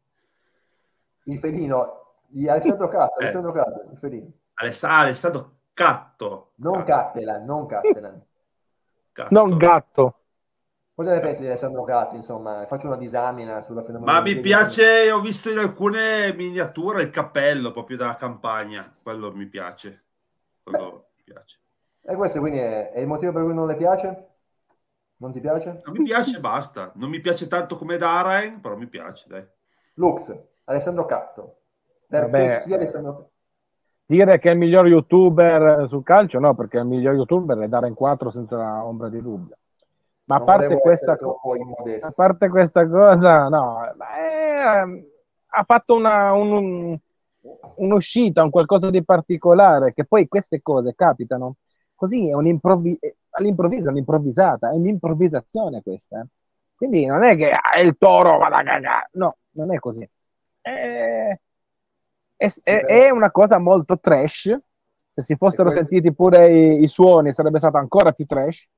Il felino di Alessandro Catto, Eh. Alessandro Catto, il felino. Aless- ah, Alessandro Catto. Non Cattelan, non Cattelan. Catto. Non gatto. Cosa ne pensi di Alessandro Catto? Insomma, faccio una disamina sulla fenomeno. Ma mi piace, ho visto in alcune miniature il cappello proprio da campagna, quello mi piace. Quello mi piace. E questo quindi è, è il motivo per cui non le piace? Non ti piace? Non mi piace, basta. Non mi piace tanto come Darain, però mi piace, dai. Lux, Alessandro Catto. Perché Vabbè, sia Alessandro Catto? Dire che è il miglior youtuber sul calcio, no, perché il miglior youtuber è Dare in quattro senza ombra di dubbio. Ma a Non parte, volevo questa, essere troppo immodesto. a parte questa cosa, no, eh, ha fatto una, un, un'uscita, un qualcosa di particolare, che poi queste cose capitano così, è un'improvvi- all'improvviso, un'improvvisata, è un'improvvisazione questa. Quindi non è che ah, il Toro vada a cagare, no, non è così. È, è, è, è una cosa molto trash. Se si fossero sentiti pure i, i suoni sarebbe stato ancora più trash,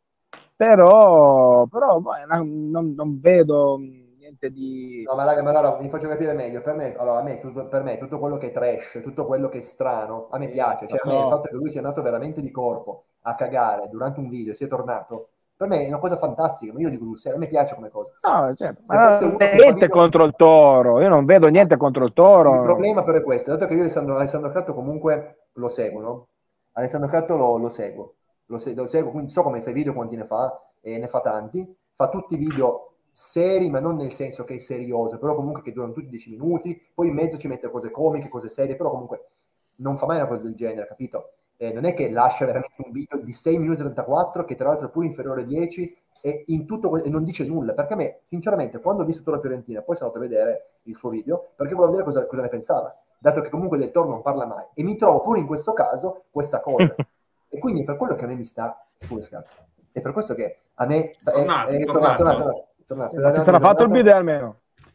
però, però non, non vedo niente di... No, ma raga, ma allora vi faccio capire meglio. Per me, allora, a me, tutto, per me tutto quello che è trash, tutto quello che è strano, a me piace. Cioè, a me il fatto che lui sia andato veramente di corpo a cagare durante un video, sia tornato, per me è una cosa fantastica. Ma io dico, a me piace come cosa. No, certo, ma non è niente video... contro il Toro, io non vedo niente contro il Toro. Il problema però è questo, dato che io Alessandro, Alessandro Catto comunque lo seguo, no? Alessandro Catto lo, lo seguo, lo, se, lo seguo, quindi so come fa i video, quanti ne fa, e ne fa tanti, fa tutti i video seri, ma non nel senso che è serioso, però comunque che durano tutti dieci minuti, poi in mezzo ci mette cose comiche, cose serie, però comunque non fa mai una cosa del genere, capito? Eh, non è che lascia veramente un video di sei minuti e trentaquattro, che tra l'altro è pure inferiore a dieci, e, in tutto, e non dice nulla, perché a me, sinceramente, quando ho visto Toro Fiorentina, poi sono andato a vedere il suo video, perché volevo vedere cosa, cosa ne pensava, dato che comunque del Toro non parla mai, e mi trovo pure in questo caso questa cosa, e quindi è per quello che a me mi sta sulle scarpe, è per questo che a me sta, tornato, è, è tornato. tornato, tornato, tornato, Ma si sarà fatto il video almeno.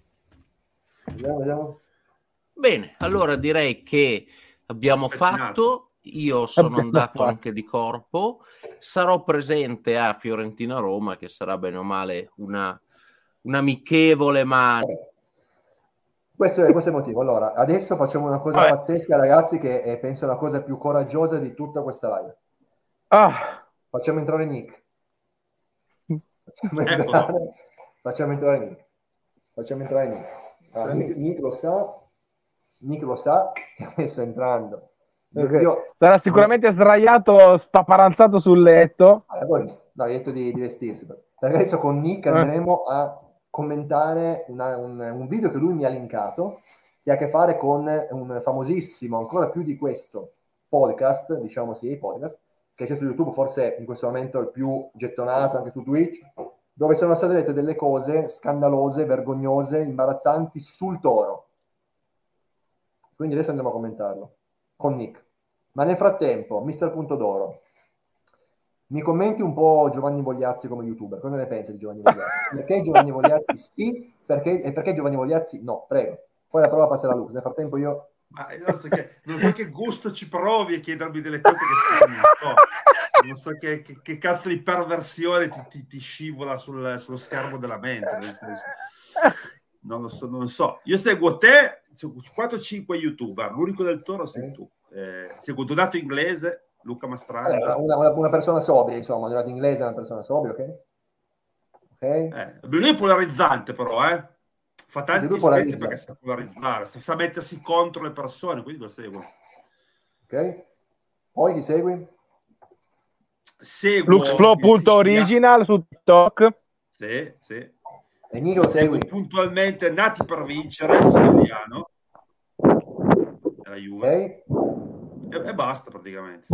Vediamo, vediamo. Bene, allora direi che abbiamo fatto, io sono andato anche di corpo, sarò presente a Fiorentina-Roma, che sarà bene o male una, una amichevole, ma... Questo è, questo è il motivo. Allora, adesso facciamo una cosa Vabbè. pazzesca, ragazzi, che è penso la cosa più coraggiosa di tutta questa live. Ah. Facciamo entrare Nick. Facciamo entrare, facciamo entrare Nick. Facciamo entrare Nick. Ah, Nick. Nick lo sa, Nick lo sa, che adesso entrando. Okay. Io, sarà sicuramente sdraiato, spaparanzato sul letto. Ah, poi, no, ho detto di, di vestirsi. Perché adesso con Nick andremo a commentare una, un, un video che lui mi ha linkato, che ha a che fare con un famosissimo, ancora più di questo, podcast, diciamo sì, podcast, che c'è su YouTube, forse in questo momento il più gettonato, anche su Twitch, dove sono state dette delle cose scandalose, vergognose, imbarazzanti sul Toro. Quindi adesso andiamo a commentarlo con Nick. Ma nel frattempo, Mister.Doro, mi commenti un po' Giovanni Vogliazzi come youtuber, cosa ne pensi di Giovanni Vogliazzi? Perché Giovanni Vogliazzi sì, perché, e perché Giovanni Vogliazzi no? Prego. Poi la prova passerà a Lux, nel frattempo io... Ma non so che, non so che gusto ci provi a chiedermi delle cose che non so, non so che, che, che cazzo di perversione ti, ti, ti scivola sul, sullo schermo della mente. Nel senso. non lo so, non so. Io seguo te, seguo quattro cinque youtuber, l'unico del Toro sei tu. Eh, seguo Donato Inglese, Luca Mastrangelo. Allora, una, una, una persona sobria, insomma, Donato Inglese è una persona sobria, ok? Ok. Eh, lui è polarizzante però, eh. Fa tanti iscritti perché sa polarizzare, sa, sa mettersi contro le persone, quindi lo seguo. Ok. Poi chi segui? Seguo Luxflow.original su TikTok. Sì, sì. E Nico segui puntualmente Nati per vincere, siciliano. La Juve. Okay. E, e basta praticamente.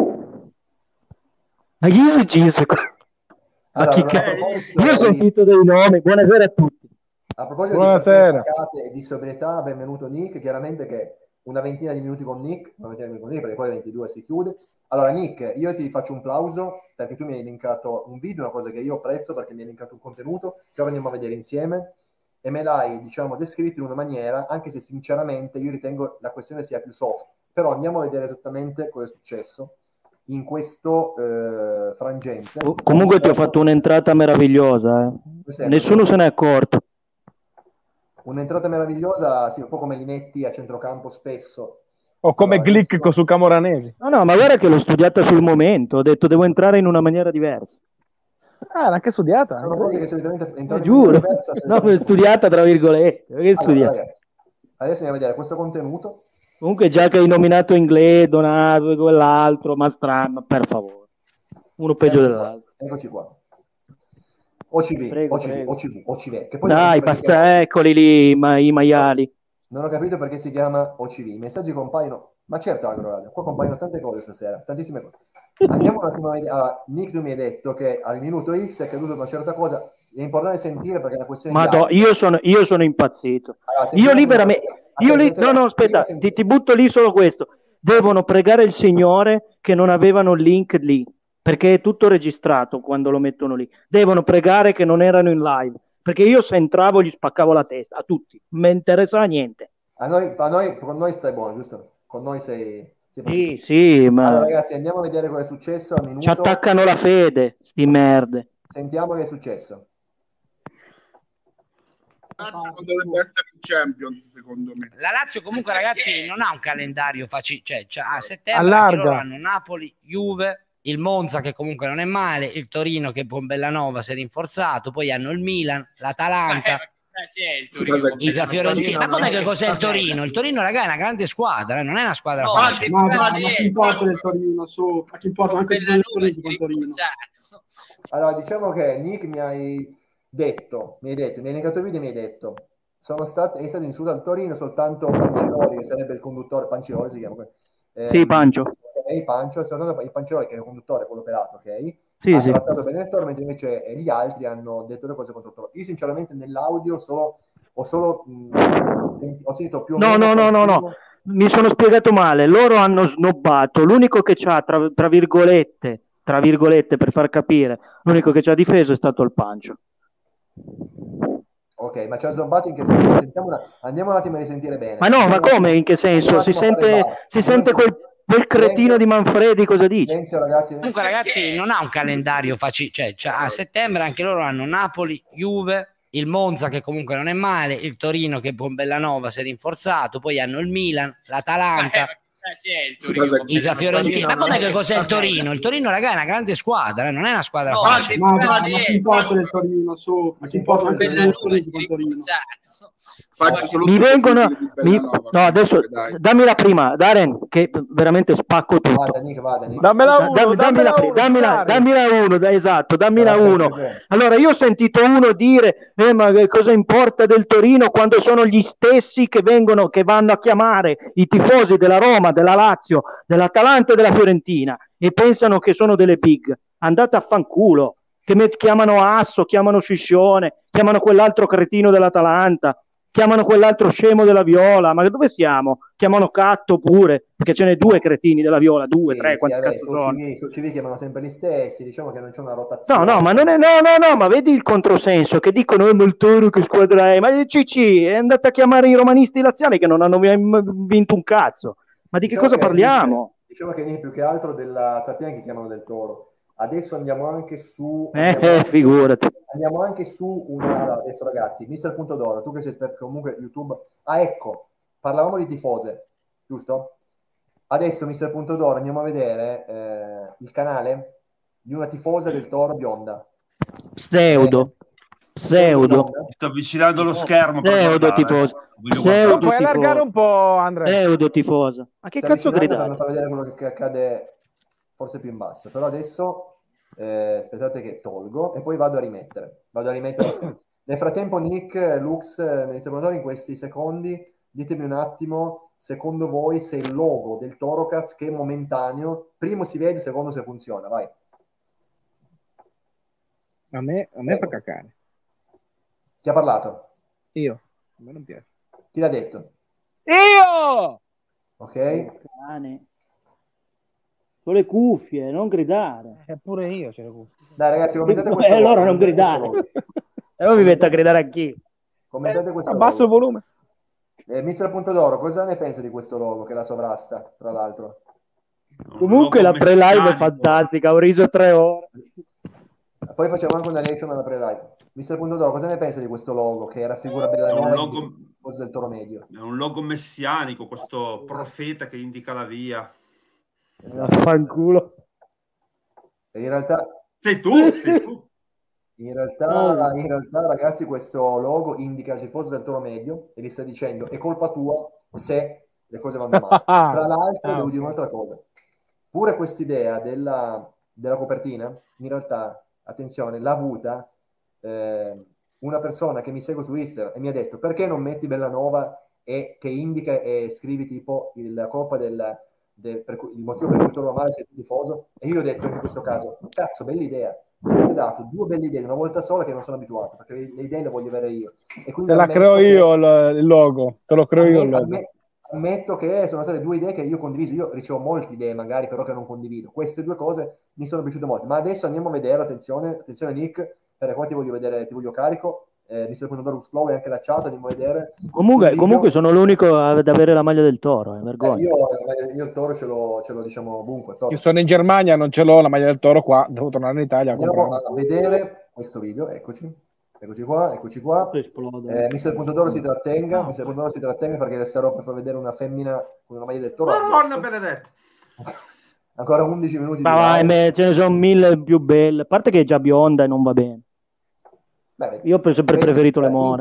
Ma chi si dice? Allora, chi allora, ca- Io ho sentito dei nomi. Buonasera a tutti. A proposito Buonasera. di e di sobrietà, benvenuto Nick. Chiaramente che una ventina di minuti con Nick, una ventina di minuti con Nick, perché poi alle ventidue si chiude. Allora Nick, io ti faccio un plauso perché tu mi hai linkato un video, una cosa che io apprezzo perché mi hai linkato un contenuto che ora andiamo a vedere insieme e me l'hai, diciamo, descritto in una maniera, anche se sinceramente io ritengo la questione sia più soft, però andiamo a vedere esattamente cosa è successo in questo eh, frangente. Comunque ti ho fatto un'entrata meravigliosa, eh. Nessuno se n'è accorto. Un'entrata meravigliosa, sì, un po' come Linetti a centrocampo spesso. O come allora, Glick su Camoranesi. No, no, ma guarda che l'ho studiata sul momento. Ho detto devo entrare in una maniera diversa. Ah, l'ha anche studiata? Sono quelli che solitamente entrano in maniera diversa. No, è studiata tra virgolette. Che allora, studiata? Ragazzi, adesso andiamo a vedere questo contenuto. Comunque già che hai nominato Inglese, Donato, quell'altro, Mastrana, per favore. Uno peggio eccoci dell'altro. Qua, eccoci qua. O C V, prego, O C V, prego. O C V, O C V. Che poi Dai, basta, eccoli lì, ma, i maiali. Non ho capito perché si chiama O C V. I messaggi compaiono, ma certo, Agroradio, qua compaiono tante cose stasera, tantissime cose. Andiamo un attimo a vedere. Allora, Nick, tu mi hai detto che al minuto X è accaduto una certa cosa, è importante sentire perché è una questione Ma di do, io, sono, io sono impazzito. allora, Io lì veramente... Io lì, no, no, aspetta, ti, ti butto lì solo questo. Devono pregare il Signore che non avevano il link lì, perché è tutto registrato quando lo mettono lì. Devono pregare che non erano in live, perché io se entravo gli spaccavo la testa, a tutti. Non mi interessava niente. A noi, a noi, con noi stai buono, giusto? Con noi sei... sei sì, sì, ma... Allora ragazzi, andiamo a vedere cosa è successo al minuto. Ci attaccano la fede, sti merde. Sentiamo che è successo. Lazio dovrebbe essere in Champions, secondo me. La Lazio comunque, ragazzi, non ha un calendario facile, cioè, cioè a settembre Allarga. loro hanno Napoli, Juve, il Monza che comunque non è male, il Torino che con Bellanova si è rinforzato, poi hanno il Milan, l'Atalanta, eh, sì, è il Torino. il, la Fiorentina. Ma guarda che cos'è il Torino? Il Torino, ragazzi, è una grande squadra, eh? Non è una squadra no, facile. No, ma chi importa del Torino? Su, a chi importa anche il Torino? Allora, diciamo che Nick mi hai detto, mi hai detto, mi hai elencato il video e mi hai detto sono stato, è stato insultato al Torino soltanto Panciroli, che sarebbe il conduttore, Panciroli si chiama eh, sì, Pancio ok, Pancio, soltanto il Panciroli che è il conduttore, quello pelato, ok, sì, ha sì. trattato bene il Toro, mentre invece gli altri hanno detto le cose contro il Toro. Io sinceramente nell'audio solo, ho solo mh, ho sentito più o no, meno no, no, no, no, mi sono spiegato male, loro hanno snobbato, l'unico che c'ha tra, tra virgolette tra virgolette per far capire, l'unico che ci ha difeso è stato il Pancio. Ok, ma ci ha snobbato in che senso? Sentiamo una... Andiamo un attimo a risentire bene. Ma no, andiamo ma come? In che senso? Si sente, si sente quel, quel cretino di Manfredi, cosa dice? Silenzio, ragazzi. Comunque, ragazzi, non ha un calendario facile, cioè, cioè a settembre anche loro hanno Napoli, Juve, il Monza che comunque non è male, il Torino che con Bellanova si è rinforzato, poi hanno il Milan, l'Atalanta. Eh, sì, è il Torino. La Fiorentina. Ma guarda che cos'è il Torino? Il Torino, ragazzi, è una grande squadra, eh? Non è una squadra no, facile. No, ma, ma chi importa del Torino? Su, ma chi importa anche del Torino? Mi vengono mi, no adesso dammi la prima Darren che veramente spacco tutto. Vada, Nick, vada, Nick. dammela uno, da, dammela, dammela uno, dammela, dammela uno da, esatto dammela ah, uno allora io ho sentito uno dire eh, ma che cosa importa del Torino quando sono gli stessi che vengono che vanno a chiamare i tifosi della Roma, della Lazio, dell'Atalanta e della Fiorentina e pensano che sono delle big. Andate a fanculo, che me, chiamano Asso, chiamano Sciscione, chiamano quell'altro cretino dell'Atalanta, chiamano quell'altro scemo della Viola, ma dove siamo? Chiamano Catto pure, perché ce n'è due cretini della Viola, due, sì, tre, sì, quanti vabbè, cazzo sul sono? C V, sul C V chiamano sempre gli stessi, diciamo che non c'è una rotazione. No, no, ma non è, no, no, no, ma vedi il controsenso, che dicono, eh, ma il Toro che squadra è? Ma il C C è andato a chiamare i romanisti laziali che non hanno vinto un cazzo. Ma di diciamo che cosa parliamo? Diciamo che più che altro della sappiamo che chiamano del Toro. adesso andiamo anche su... Eh, andiamo, figurati. Andiamo anche su una... Allora, adesso ragazzi, mister Punto d'Oro, tu che sei esperto comunque YouTube... Ah, ecco, parlavamo di tifose, giusto? Adesso, mister Punto d'Oro, andiamo a vedere eh, il canale di una tifosa del Toro bionda. Pseudo. Pseudo. Sto avvicinando lo schermo. Pseudo tifosa. Pseudo Puoi allargare un po', Andrea. Pseudo tifosa. Ma che Sta cazzo avvicinando gridate? per far vedere quello che accade forse più in basso. Però adesso, eh, aspettate che tolgo e poi vado a rimettere. Vado a rimettere lo schermo. Nel frattempo, Nick, Lux, mister Punto d'Oro, in questi secondi, ditemi un attimo... Secondo voi se il logo del Torocaz, che è momentaneo, primo si vede, secondo se funziona, vai. A me, a me fa cacare. Chi ha parlato? Io. A me non piace. Chi l'ha detto? Io! Ok. Cane. Con le cuffie, non gridare. Eppure io ce le cuffie. Dai ragazzi, commentate E questo. allora non gridare. E poi mi metto a gridare anch'io. Commentate questo. Abbasso il volume. Eh, mister Punto d'Oro, cosa ne pensa di questo logo che la sovrasta, tra l'altro? Comunque la pre-live è fantastica, ho riso tre ore. Poi facciamo anche una reaction alla pre-live. mister Punto d'Oro, cosa ne pensa di questo logo che raffigura bella È un nuova logo- del Toro Medio? È un logo messianico, questo profeta che indica la via. Vaffanculo. E in realtà... Sei tu? Sei tu? In realtà, in realtà, ragazzi, questo logo indica il tifoso del Toro Medio e gli sta dicendo è colpa tua se le cose vanno male. Tra l'altro, devo dire un'altra cosa. Pure quest'idea della, della copertina, in realtà, attenzione, l'ha avuta eh, una persona che mi segue su Instagram e mi ha detto perché non metti Bellanova e che indica e scrivi tipo il- la colpa del, del per cui- il motivo per cui il Toro va male sei tifoso? E io ho detto in questo caso, cazzo, bella idea. Mi avete dato due belle idee in una volta sola che non sono abituato perché le, le idee le voglio avere io e quindi Te la ammetto creo che- io il, il logo. Te lo creo io il ammetto, logo. amme- ammetto che sono state due idee che io ho condiviso. Io ricevo molte idee magari però che non condivido. Queste due cose mi sono piaciute molto, ma adesso andiamo a vedere, attenzione, attenzione Nick, per qua ti voglio vedere, ti voglio carico, eh, mister Punto d'Oro Flow e anche la chat, andiamo a vedere. Comunque, un video. comunque sono l'unico ad avere la maglia del Toro, è Eh, vergogna. io, eh, io il Toro ce l'ho, ce l'ho diciamo ovunque. Toro. Io sono in Germania, non ce l'ho la maglia del Toro qua, devo tornare in Italia a Andiamo comprarla. a vedere questo video, eccoci, eccoci qua, eccoci qua. Eh, mister Punto d'Oro si trattenga, mister Punto d'Oro si trattenga perché sarò per far vedere una femmina con una maglia del Toro. Madonna benedetta. Ancora undici minuti Ma di vai, live. me- ce ne sono mille più belle. A parte che è già bionda e non va bene. Beh, Io ho sempre preferito le more.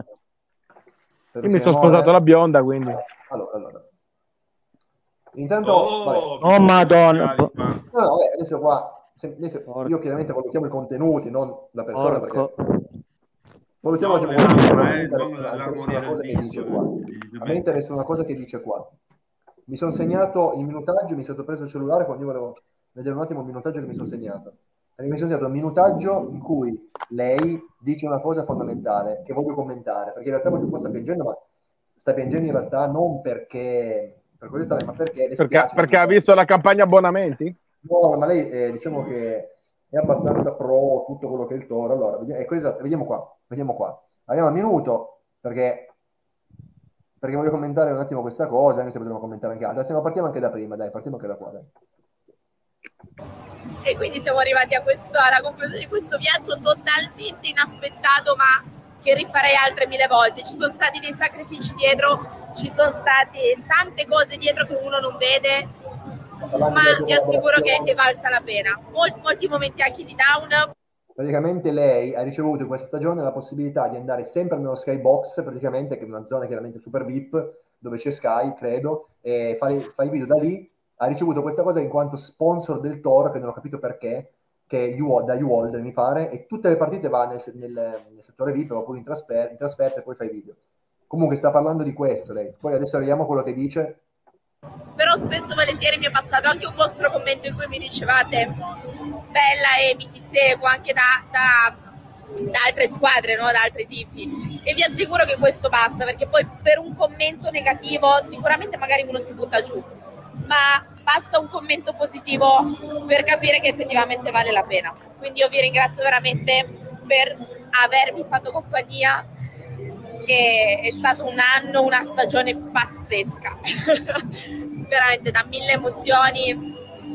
Io mi sono sposato la bionda, quindi. Allora, allora. Intanto, Oh, vabbè. Oh madonna. No, no, vabbè, adesso qua, se- adesso io chiaramente valutiamo i contenuti, non la persona, Porco. perché valutiamo No, la le persona, labbra, a me eh, interessa non una l'armonia cosa del che dice viso, qua. A evidentemente. me interessa una cosa che dice qua. Mi sono segnato il minutaggio, mi è stato preso il cellulare quando io volevo vedere un attimo il minutaggio che mi sono segnato. Perché mi sono segnato un minutaggio in cui lei dice una cosa fondamentale che voglio commentare, perché in realtà poi sta piangendo, ma sta piangendo in realtà non perché per questo, ma perché le Perché, spiace perché ha visto la campagna abbonamenti? No, ma lei eh, diciamo che è abbastanza pro tutto quello che è il Toro. Allora, vediamo, ecco, esatto, vediamo qua, vediamo qua. Arriviamo al minuto perché, perché voglio commentare un attimo questa cosa, anche se potremmo commentare anche altro. Anzi, partiamo anche da prima, dai, partiamo anche da qua, dai. E quindi siamo arrivati a questo, alla conclusione di questo viaggio totalmente inaspettato, ma che rifarei altre mille volte. Ci sono stati dei sacrifici dietro, ci sono state tante cose dietro che uno non vede, ma vi assicuro che è valsa la pena. Molti, molti momenti anche di down. Praticamente lei ha ricevuto in questa stagione la possibilità di andare sempre nello Skybox, praticamente, che è una zona chiaramente super V I P, dove c'è Sky, credo, e fare, fare i video da lì. Ha ricevuto questa cosa in quanto sponsor del Toro, che non ho capito perché, che è U- da U-World, mi pare, e tutte le partite va nel, nel, nel settore V I P, oppure in, trasfer- in trasferta e poi fa i video. Comunque sta parlando di questo lei. Poi adesso arriviamo a quello che dice. Però spesso e volentieri mi è passato anche un vostro commento in cui mi dicevate bella Emi, ti seguo anche da, da, da altre squadre, no? Da altri tifi, e vi assicuro che questo basta, perché poi per un commento negativo sicuramente magari uno si butta giù, ma basta un commento positivo per capire che effettivamente vale la pena. Quindi io vi ringrazio veramente per avermi fatto compagnia. E è stato un anno, una stagione pazzesca veramente, da mille emozioni,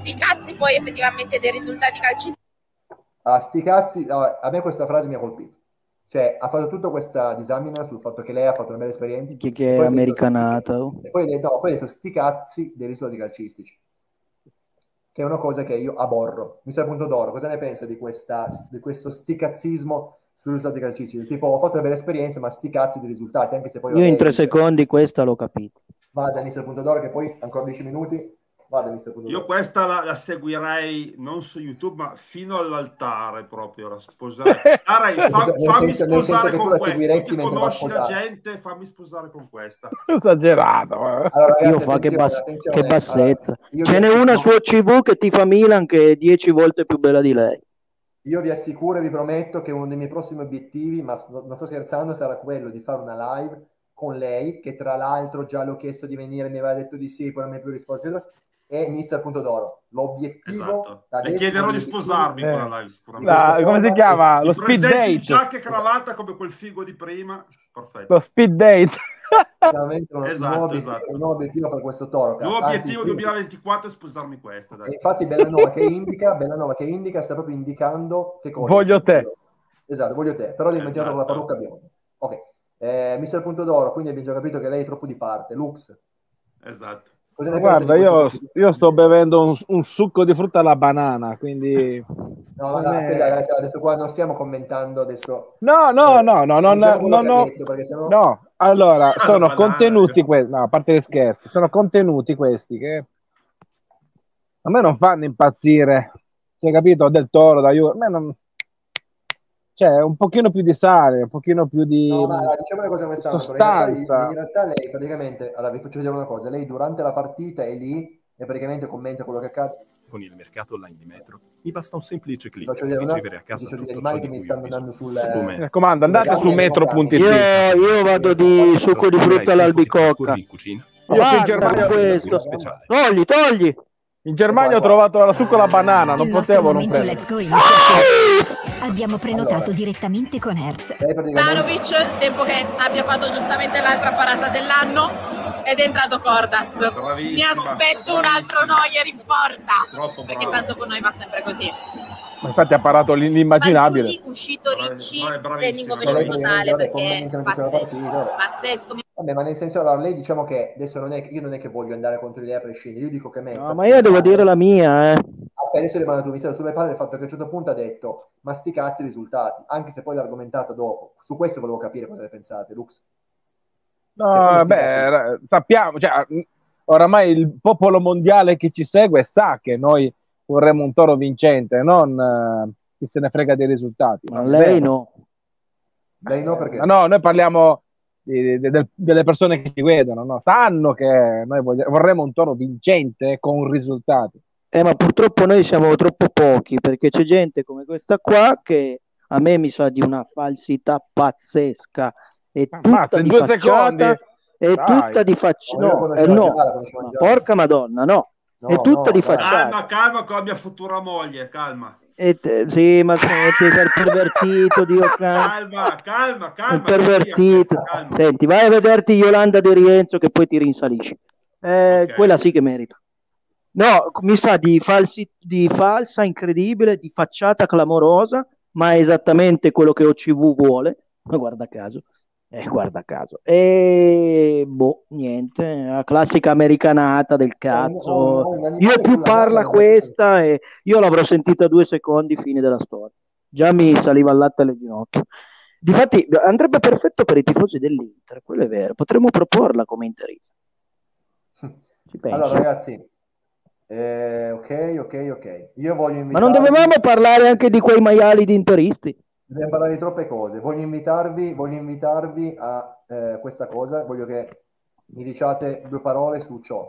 sti cazzi poi effettivamente dei risultati calcistici. A sti cazzi, no, a me questa frase mi ha colpito. Cioè, ha fatto tutta questa disamina sul fatto che lei ha fatto una bella esperienza. Chi che è americanata. Oh. E poi, no, poi ha detto sti cazzi dei risultati calcistici. Che è una cosa che io aborro. mister Punto d'Oro, cosa ne pensa di, questa, di questo sticazzismo sui risultati calcistici? Tipo, ho fatto una bella esperienza, ma sti cazzi dei risultati, anche se poi... Io in tre secondi questa l'ho capito. Vada, mister Punto d'Oro, che poi ancora dieci minuti... Vada, mister Punto d'Oro. Io questa la, la seguirei non su YouTube, ma fino all'altare proprio, la sposerei. Arai, fa, Nel fammi senso- nel sposare senso che tu con la questa. seguiresti Tu mentre conosci va la a votare. gente, fammi sposare con questa. Esagerato. eh. Allora, ragazzi, Io fa che, attenzione, bas- attenzione. che bassezza. Allora, io Ce vi n'è una assicuro- su O C V che tifa Milan che è dieci volte più bella di lei. Io vi assicuro e vi prometto che uno dei miei prossimi obiettivi, ma s- non sto scherzando, sarà quello di fare una live con lei, che tra l'altro già le ho chiesto di venire, mi aveva detto di sì, poi non mi ha più risposto, eccetera, e mister Punto d'Oro. L'obiettivo... Esatto. da Le adesso chiederò di l'obiettivo- sposarmi Eh. con la live sicuramente. La- come si chiama? Lo Mi speed presenti in date. giacca e cravatta come quel figo di prima. Perfetto. Lo speed date. Veramente un, Esatto, nuovo obiettivo, esatto. un nuovo obiettivo per questo toro. Nuovo Anzi, obiettivo sì, duemilaventiquattro è sposarmi questa. E Dai. infatti Bellanova che indica, Bellanova che indica sta proprio indicando che cosa. Voglio te. Esatto, voglio te, però devi mettere con la Esatto. parrucca bionda. Ok. Eh, mister Punto d'Oro, quindi abbiamo già capito che lei è troppo di parte. Lux. Esatto. Cosa ne pensi Guarda, di io, questo- io sto bevendo un, un succo di frutta alla banana, quindi... No, ma no, non è- aspetta, ragazzi, adesso qua non stiamo commentando adesso. No, no, no, no, non, Diciamo quello non che ha ho... detto, perché sennò- No, allora, Ah, sono banana. contenuti questi... No, a parte gli scherzi, sono contenuti questi che a me non fanno impazzire. Cioè, capito? Del Toro, da Juve, a me non... Cioè, un pochino più di sale, un pochino più di No, ma diciamo le cose come stanno. però In realtà, sostanza. in realtà lei praticamente, allora vi faccio vedere una cosa, lei durante la partita è lì e praticamente commenta quello che accade. Con il mercato online di Metro mi basta un semplice clic Faccio per vedere una- ricevere a casa faccio vedere tutto i ciò mali di che mi cui ho stanno dando bisogno. sul... Come Mi raccomando, andate Esatto, su metro punto it. Io, io vado di succo di frutta all'albicocca. in cucina. Io qui in Guarda Germania, questo. speciale. Togli, togli. in Germania ho trovato la succo alla banana, non Il nostro potevo non momento prendere. Let's Go inizia. Abbiamo prenotato Allora. direttamente con Hertz. Lei praticamente... Danovic, tempo che abbia fatto giustamente l'altra parata dell'anno ed è entrato Cordaz. Bravissima. Mi aspetto un altro Neuer in porta, Troppo perché bravo. tanto con noi va sempre così. Ma infatti ha parato l'immaginabile. Fagioli, uscito Ricci, Bravi- bravi- standing bravissima. ovation totale, Vabbè, perché commenti anche pazzesco, sulla partita. pazzesco. Vabbè, ma nel senso, allora, lei diciamo che adesso non è che io non è che voglio andare contro di lei a prescindere, io dico che me. No, ma io devo dire la mia, eh. Aspetta, adesso rimane tu, mi stai sulle palle del fatto che a un certo punto ha detto, ma sti cazzi i risultati, anche se poi l'ha argomentato dopo. Su questo volevo capire cosa ne pensate, Lux. No, beh, ra- sappiamo, cioè, oramai il popolo mondiale che ci segue sa che noi vorremmo un Toro vincente, non eh, chi se ne frega dei risultati. Ma lei no. Lei no, perché? Ma no, noi parliamo di- di- del- delle persone che ci vedono, no? Sanno che noi voglia- vorremmo un Toro vincente con risultati. Eh, ma purtroppo noi siamo troppo pochi, perché c'è gente come questa qua che a me mi sa di una falsità pazzesca. È tutta Ammazza, in di due facciata, secondi. è Dai. tutta di facciata. No, io No, conoscevo eh, no. già, la conoscevo Ma già. porca madonna, no. No, È tutta no, di dai. facciata. Calma, calma con la mia futura moglie, calma. E te- sì, ma sei per pervertito, Dio cazzo. Calma, calma, calma. Un pervertito. Calma. Senti, vai a vederti Yolanda De Rienzo che poi ti rinsalisci. Eh, Ok. Quella sì che merita. No, mi sa di, falsi, di falsa, incredibile, di facciata clamorosa, ma è esattamente quello che O C V vuole. Ma guarda caso. Eh, guarda caso. E boh, niente, la classica americanata del cazzo. Oh, no, no, no, Io più sulla parla gamba, questa e io l'avrò sentita due secondi, fine della storia. Già mi saliva il latte alle ginocchia. Difatti andrebbe perfetto per i tifosi dell'Inter, quello è vero. Potremmo proporla come interista. Ci penso. Allora, ragazzi, eh, ok, ok, ok. Io voglio Ma non invitarvi... dovevamo parlare anche di quei maiali di interisti? Dobbiamo parlare di troppe cose. Voglio invitarvi, voglio invitarvi a eh, questa cosa. Voglio che mi diciate due parole su ciò.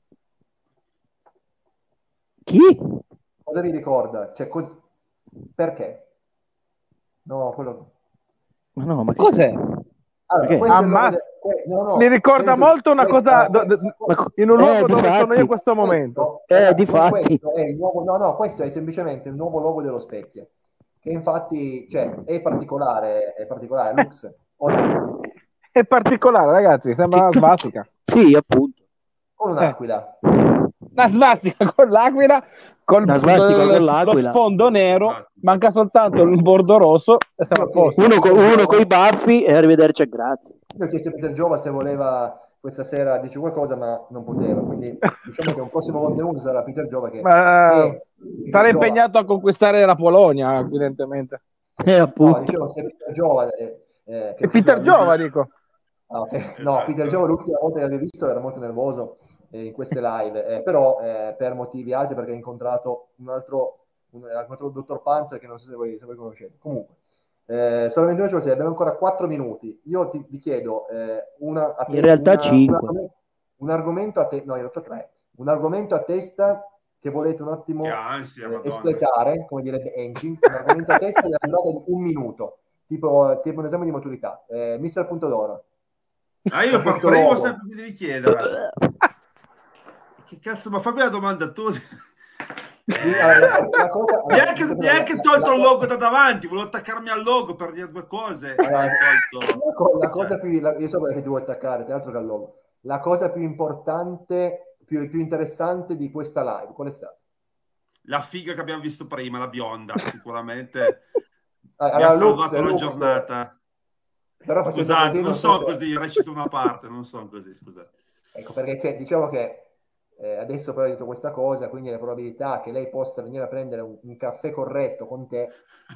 Chi? Cosa vi ricorda? Cioè, cos- perché? No, quello... Ma no, ma che- Cos'è? Allora, Perché? questo è il Ammazza. nome de- que- no, no, Mi ricorda questo- molto una questo- cosa no, do- do- questo- in un Eh, luogo dove difatti. sono io in questo momento. questo- Eh, ragazzi, difatti. questo è il nuovo, no, no, questo è semplicemente il nuovo logo dello Spezia, che infatti, cioè, è particolare, è particolare, Lux. Ora, È particolare, ragazzi, sembra una Che svastica. Sì, appunto. con un'aquila. una svastica con l'aquila, con, Una svastica lo, con lo l'aquila. sfondo nero, manca soltanto il bordo rosso e siamo a posto. Uno, con, uno con i baffi e arrivederci e grazie. Io ho chiesto a Peter Giova se voleva questa sera dice qualcosa, ma non poteva, quindi diciamo che un prossimo contenuto sarà Peter Giova che Ma se sarà Giova, impegnato a conquistare la Polonia, evidentemente. Eh, appunto. no, dicevo se Peter Giova eh, eh, che E Peter Giova, dico. Ah, okay. No, Peter Giova l'ultima volta che l'avevo visto era molto nervoso eh, in queste live, eh, però eh, per motivi altri, perché ha incontrato un altro, un, ha incontrato il dottor Panzer che non so se voi, se voi conoscete. Comunque, eh, solamente una cosa, abbiamo ancora quattro minuti. Io ti, ti chiedo eh, una a te, In realtà una, cinque. Un, un argomento a te, no, in realtà tre. Un argomento a testa che volete un attimo Che ansia, eh, espletare, come direbbe Engine, un argomento a testa della durata di un minuto, tipo, tipo un esame di maturità. Eh, mister Punto d'Oro. Ah, io Questo prima logo. sempre mi devi chiedere. Che cazzo, ma fammi la domanda a tu. Sì, allora, la cosa- Mi hai allora, anche, la- mi hai anche la- tolto la- il logo da davanti, volevo attaccarmi al logo per dire due cose. Allora, Hai tolto- la, co- la cosa più, la- io so che ti vuoi attaccare, tra l'altro che al logo. La cosa più importante, più, più interessante di questa live, qual è stata? La figa che abbiamo visto prima, la bionda, sicuramente Ah, mi allora, ha Lux, salvato la Lux, giornata. però facendo Scusate, così non non so sono se- così, recito una parte, non sono così, scusate. Ecco, perché cioè, diciamo che eh, adesso però hai detto questa cosa, quindi la probabilità che lei possa venire a prendere un, un caffè corretto con te,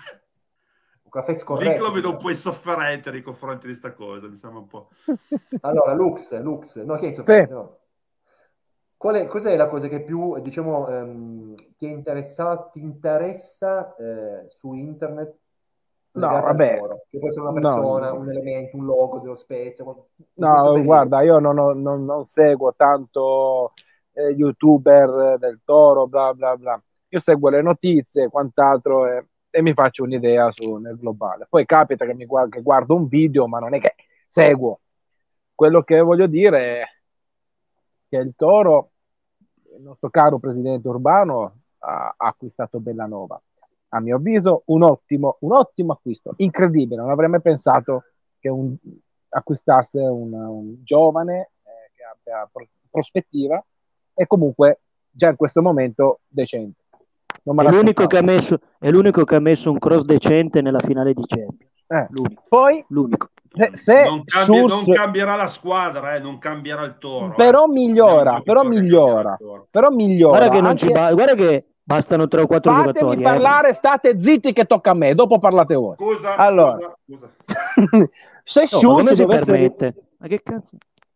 un caffè scorretto. Lì che lo vedo un po' insofferente nei confronti di sta cosa, mi sembra un po'. Allora, Lux, Lux, no, che è insofferente, no. Qual è, cos'è la cosa che più, diciamo, ehm, ti è interessa, ti interessa eh, su internet No, legata al vabbè. toro? Che può essere una No. persona, un elemento, un logo dello Spezia. qual- in questo No, periodo. guarda, io non, ho- non- non seguo tanto eh, youtuber del Toro, bla bla bla. Io seguo le notizie e quant'altro e, e mi faccio un'idea su, nel globale. Poi capita che mi guardo, che guardo un video, ma non è che seguo. Quello che voglio dire è che il Toro, il nostro caro presidente Urbano, ha, ha acquistato Bellanova. A mio avviso, un ottimo, un ottimo acquisto, incredibile. Non avrei mai pensato che un, acquistasse un, un giovane eh, che abbia pro- prospettiva e comunque già in questo momento decente. Non me È l'unico, l'aspettavo. che ha messo, è l'unico che ha messo un cross decente nella finale di Champions. Eh, L'unico. Poi, L'unico. se, se Non, cambia- Schulz- non cambierà la squadra, eh, non cambierà il Toro. però eh. migliora, Non è un però giocatore che migliora, cambierà il Toro. però migliora. Guarda che, non Anche- ci ba- guarda che bastano tre o quattro Fatemi giocatori. eh. parlare, state zitti che tocca a me, dopo parlate voi. Scusa, Allora, scusa, scusa. se No, ma Schulz come si dovesse permette? Ma che cazzo?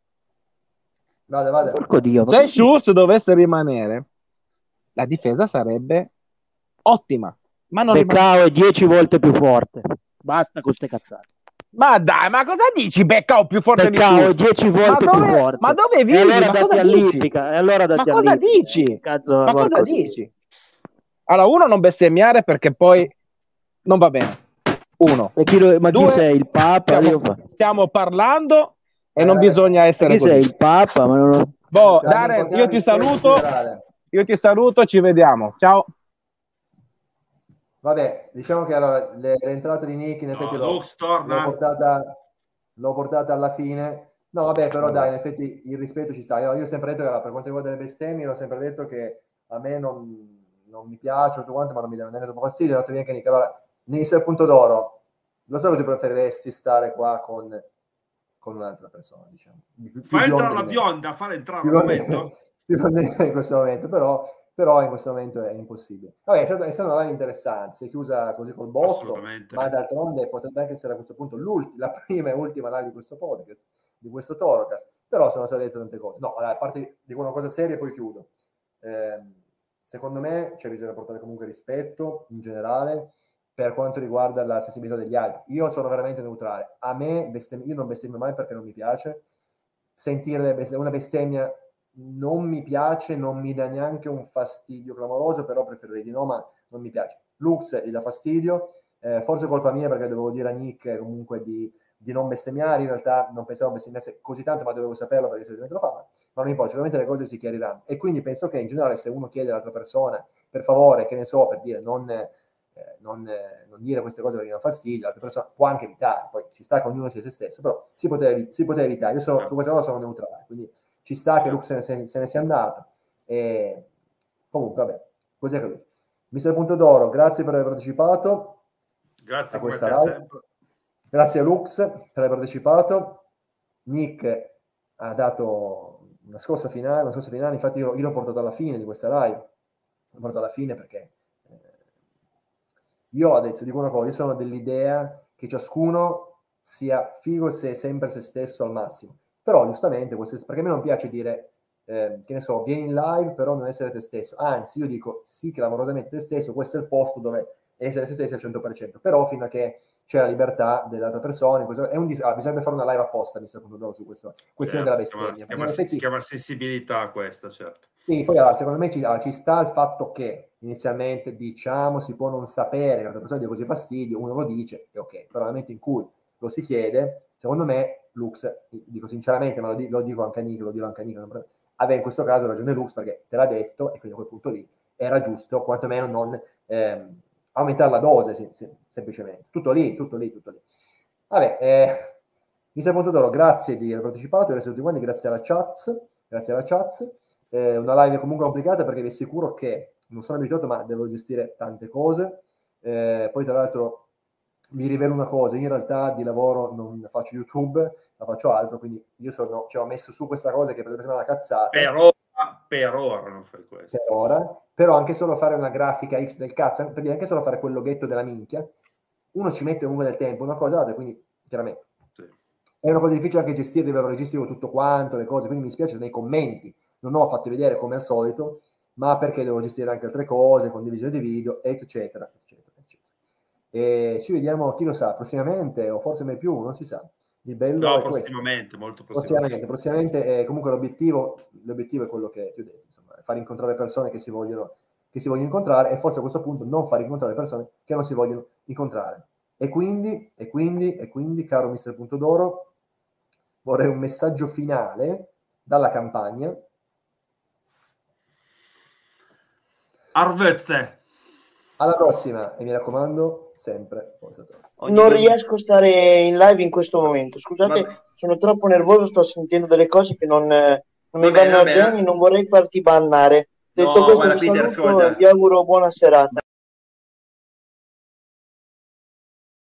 Vada, vada. Porco Dio. ma se come- Schulz dovesse rimanere, la difesa sarebbe ottima. Ma non rimane- Beccao è dieci volte più forte. Basta con ste cazzate. Ma dai, ma cosa dici? Beccao più forte di Beccao è Schulz? dieci Ma volte dove, più forte. ma dove E vivi? allora ma datti cosa dici? all'ippica. E allora Ma datti cosa all'ippica. dici? Cazzo, Ma porco cosa Dio. dici? Allora, uno, non bestemmiare perché poi non va bene. Uno. E chi lo- ma chi Due, sei? Il Papa? Stiamo, Io fa- stiamo parlando e Eh, non ragazzi, bisogna essere chi così. sei? Il Papa? Ma non ho- Boh, Siamo Darren, io incontrati ti in saluto. generale. Io ti saluto, ci vediamo. Ciao. Vabbè, diciamo che allora, le, l'entrata di Nick in effetti No, l'ho, Lux torna. l'ho portata, l'ho portata alla fine. No, vabbè, però dai, in effetti il rispetto ci sta. Io, io ho sempre detto che allora, per quanto riguarda le bestemmie, ho sempre detto che a me non, non mi piace tutto quanto, ma non mi dà neanche troppo fastidio. Ho detto neanche Nick. Allora, Nick Punto d'Oro, lo so che tu preferiresti stare qua con, con un'altra persona, diciamo. Più- più Fa bionda entrare la di me. bionda, fare entrare Più al bionda- momento. più bionda di me in questo momento, però, però in questo momento è impossibile. Vabbè, è stata, è stata una live interessante, si è chiusa così col botto, Assolutamente. ma d'altronde potrebbe anche essere a questo punto l'ultima, la prima e ultima live di questo podcast, di questo Torocast, però sono state dette tante cose. No, allora, a parte di una cosa seria e poi chiudo. Ehm, secondo me cioè, bisogna portare comunque rispetto in generale per quanto riguarda la sensibilità degli altri. Io sono veramente neutrale. A me, bestem- io non bestemmio mai perché non mi piace. Sentire le best- una bestemmia non mi piace, non mi dà neanche un fastidio clamoroso, però preferirei di no, ma non mi piace. Lux gli dà fastidio, eh, forse colpa mia perché dovevo dire a Nick comunque di, di non bestemmiare, in realtà non pensavo bestemmiasse così tanto, ma dovevo saperlo perché solitamente lo fa, ma non importa, sicuramente le cose si chiariranno. E quindi penso che in generale se uno chiede all'altra persona, per favore, che ne so, per dire non... Eh, non, eh, non dire queste cose perché non fastidio, l'altra persona può anche evitare, poi ci sta che ognuno sia se stesso, però si poteva, si poteva evitare. Io sono, su questa cosa sono neutrale, quindi ci sta che Lux se ne, se ne sia andato. E comunque, vabbè, così è accaduto. mister Punto d'Oro, grazie per aver partecipato. Grazie a come questa te live. sempre. Grazie a Lux per aver partecipato. Nick ha dato una scossa finale, una scossa finale, infatti io, io l'ho portato alla fine di questa live, l'ho portato alla fine perché eh, io adesso dico una cosa, io sono dell'idea che ciascuno sia figo se sempre se stesso al massimo, però giustamente, perché a me non piace dire eh, che ne so, vieni in live però non essere te stesso, anzi io dico sì clamorosamente te stesso, questo è il posto dove essere se stessi al cento per cento, però fino a che c'è la libertà dell'altra persona, questo è un dis- ah, bisognerebbe fare una live apposta, mi sa, su questo questione Certo, della si chiama, bestemmia. si, chiama, effetti, si chiama sensibilità questa, certo. Sì, poi allora, secondo me ci, allora, ci sta il fatto che inizialmente diciamo si può non sapere che l'altra persona dia così fastidio, uno lo dice e ok, però nel momento in cui lo si chiede, secondo me Lux, dico sinceramente, ma lo, dico, lo dico anche a Nick, lo dico anche a Nick, aveva in questo caso ragione Lux perché te l'ha detto e quindi a quel punto lì era giusto quantomeno non ehm, aumentare la dose, sì, sì, semplicemente. Tutto lì, tutto lì, tutto lì. Vabbè, eh, mi sei molto d'oro, grazie di aver partecipato, grazie a tutti quanti, grazie alla chat, grazie alla chat. Eh, una live comunque complicata perché vi assicuro che non sono abituato ma devo gestire tante cose. Eh, poi tra l'altro vi rivelo una cosa, io in realtà di lavoro non faccio YouTube, ma faccio altro, quindi io sono, cioè, ho messo su questa cosa che per esempio è una cazzata. Per ora, per ora non fai questo. Per ora, però anche solo fare una grafica X del cazzo, perché anche solo fare quel loghetto della minchia, uno ci mette comunque del tempo, una cosa, quindi chiaramente sì. È una cosa difficile anche gestire, devo registrare tutto quanto, le cose, quindi mi spiace nei commenti, non ho fatto vedere come al solito, ma perché devo gestire anche altre cose, condivisione di video, eccetera, eccetera, eccetera. E ci vediamo, chi lo sa, prossimamente, o forse mai più, non si sa. Il bello no, è prossimamente, questo. molto prossimamente. prossimamente. Prossimamente, eh, comunque l'obiettivo, l'obiettivo è quello che ti ho detto, insomma, far incontrare persone che si vogliono, che si vogliono incontrare e forse a questo punto non far incontrare persone che non si vogliono incontrare. E quindi, e quindi, e quindi, caro mister Punto d'Oro, vorrei un messaggio finale dalla campagna. Arvezze. Alla prossima e mi raccomando, sempre. Non riesco a stare in live in questo momento. Scusate, vabbè. Sono troppo nervoso, sto sentendo delle cose che non, non mi vanno a genio, non vorrei farti bannare. Detto no, questo, guarda, vi Peter, saluto e vi auguro buona serata.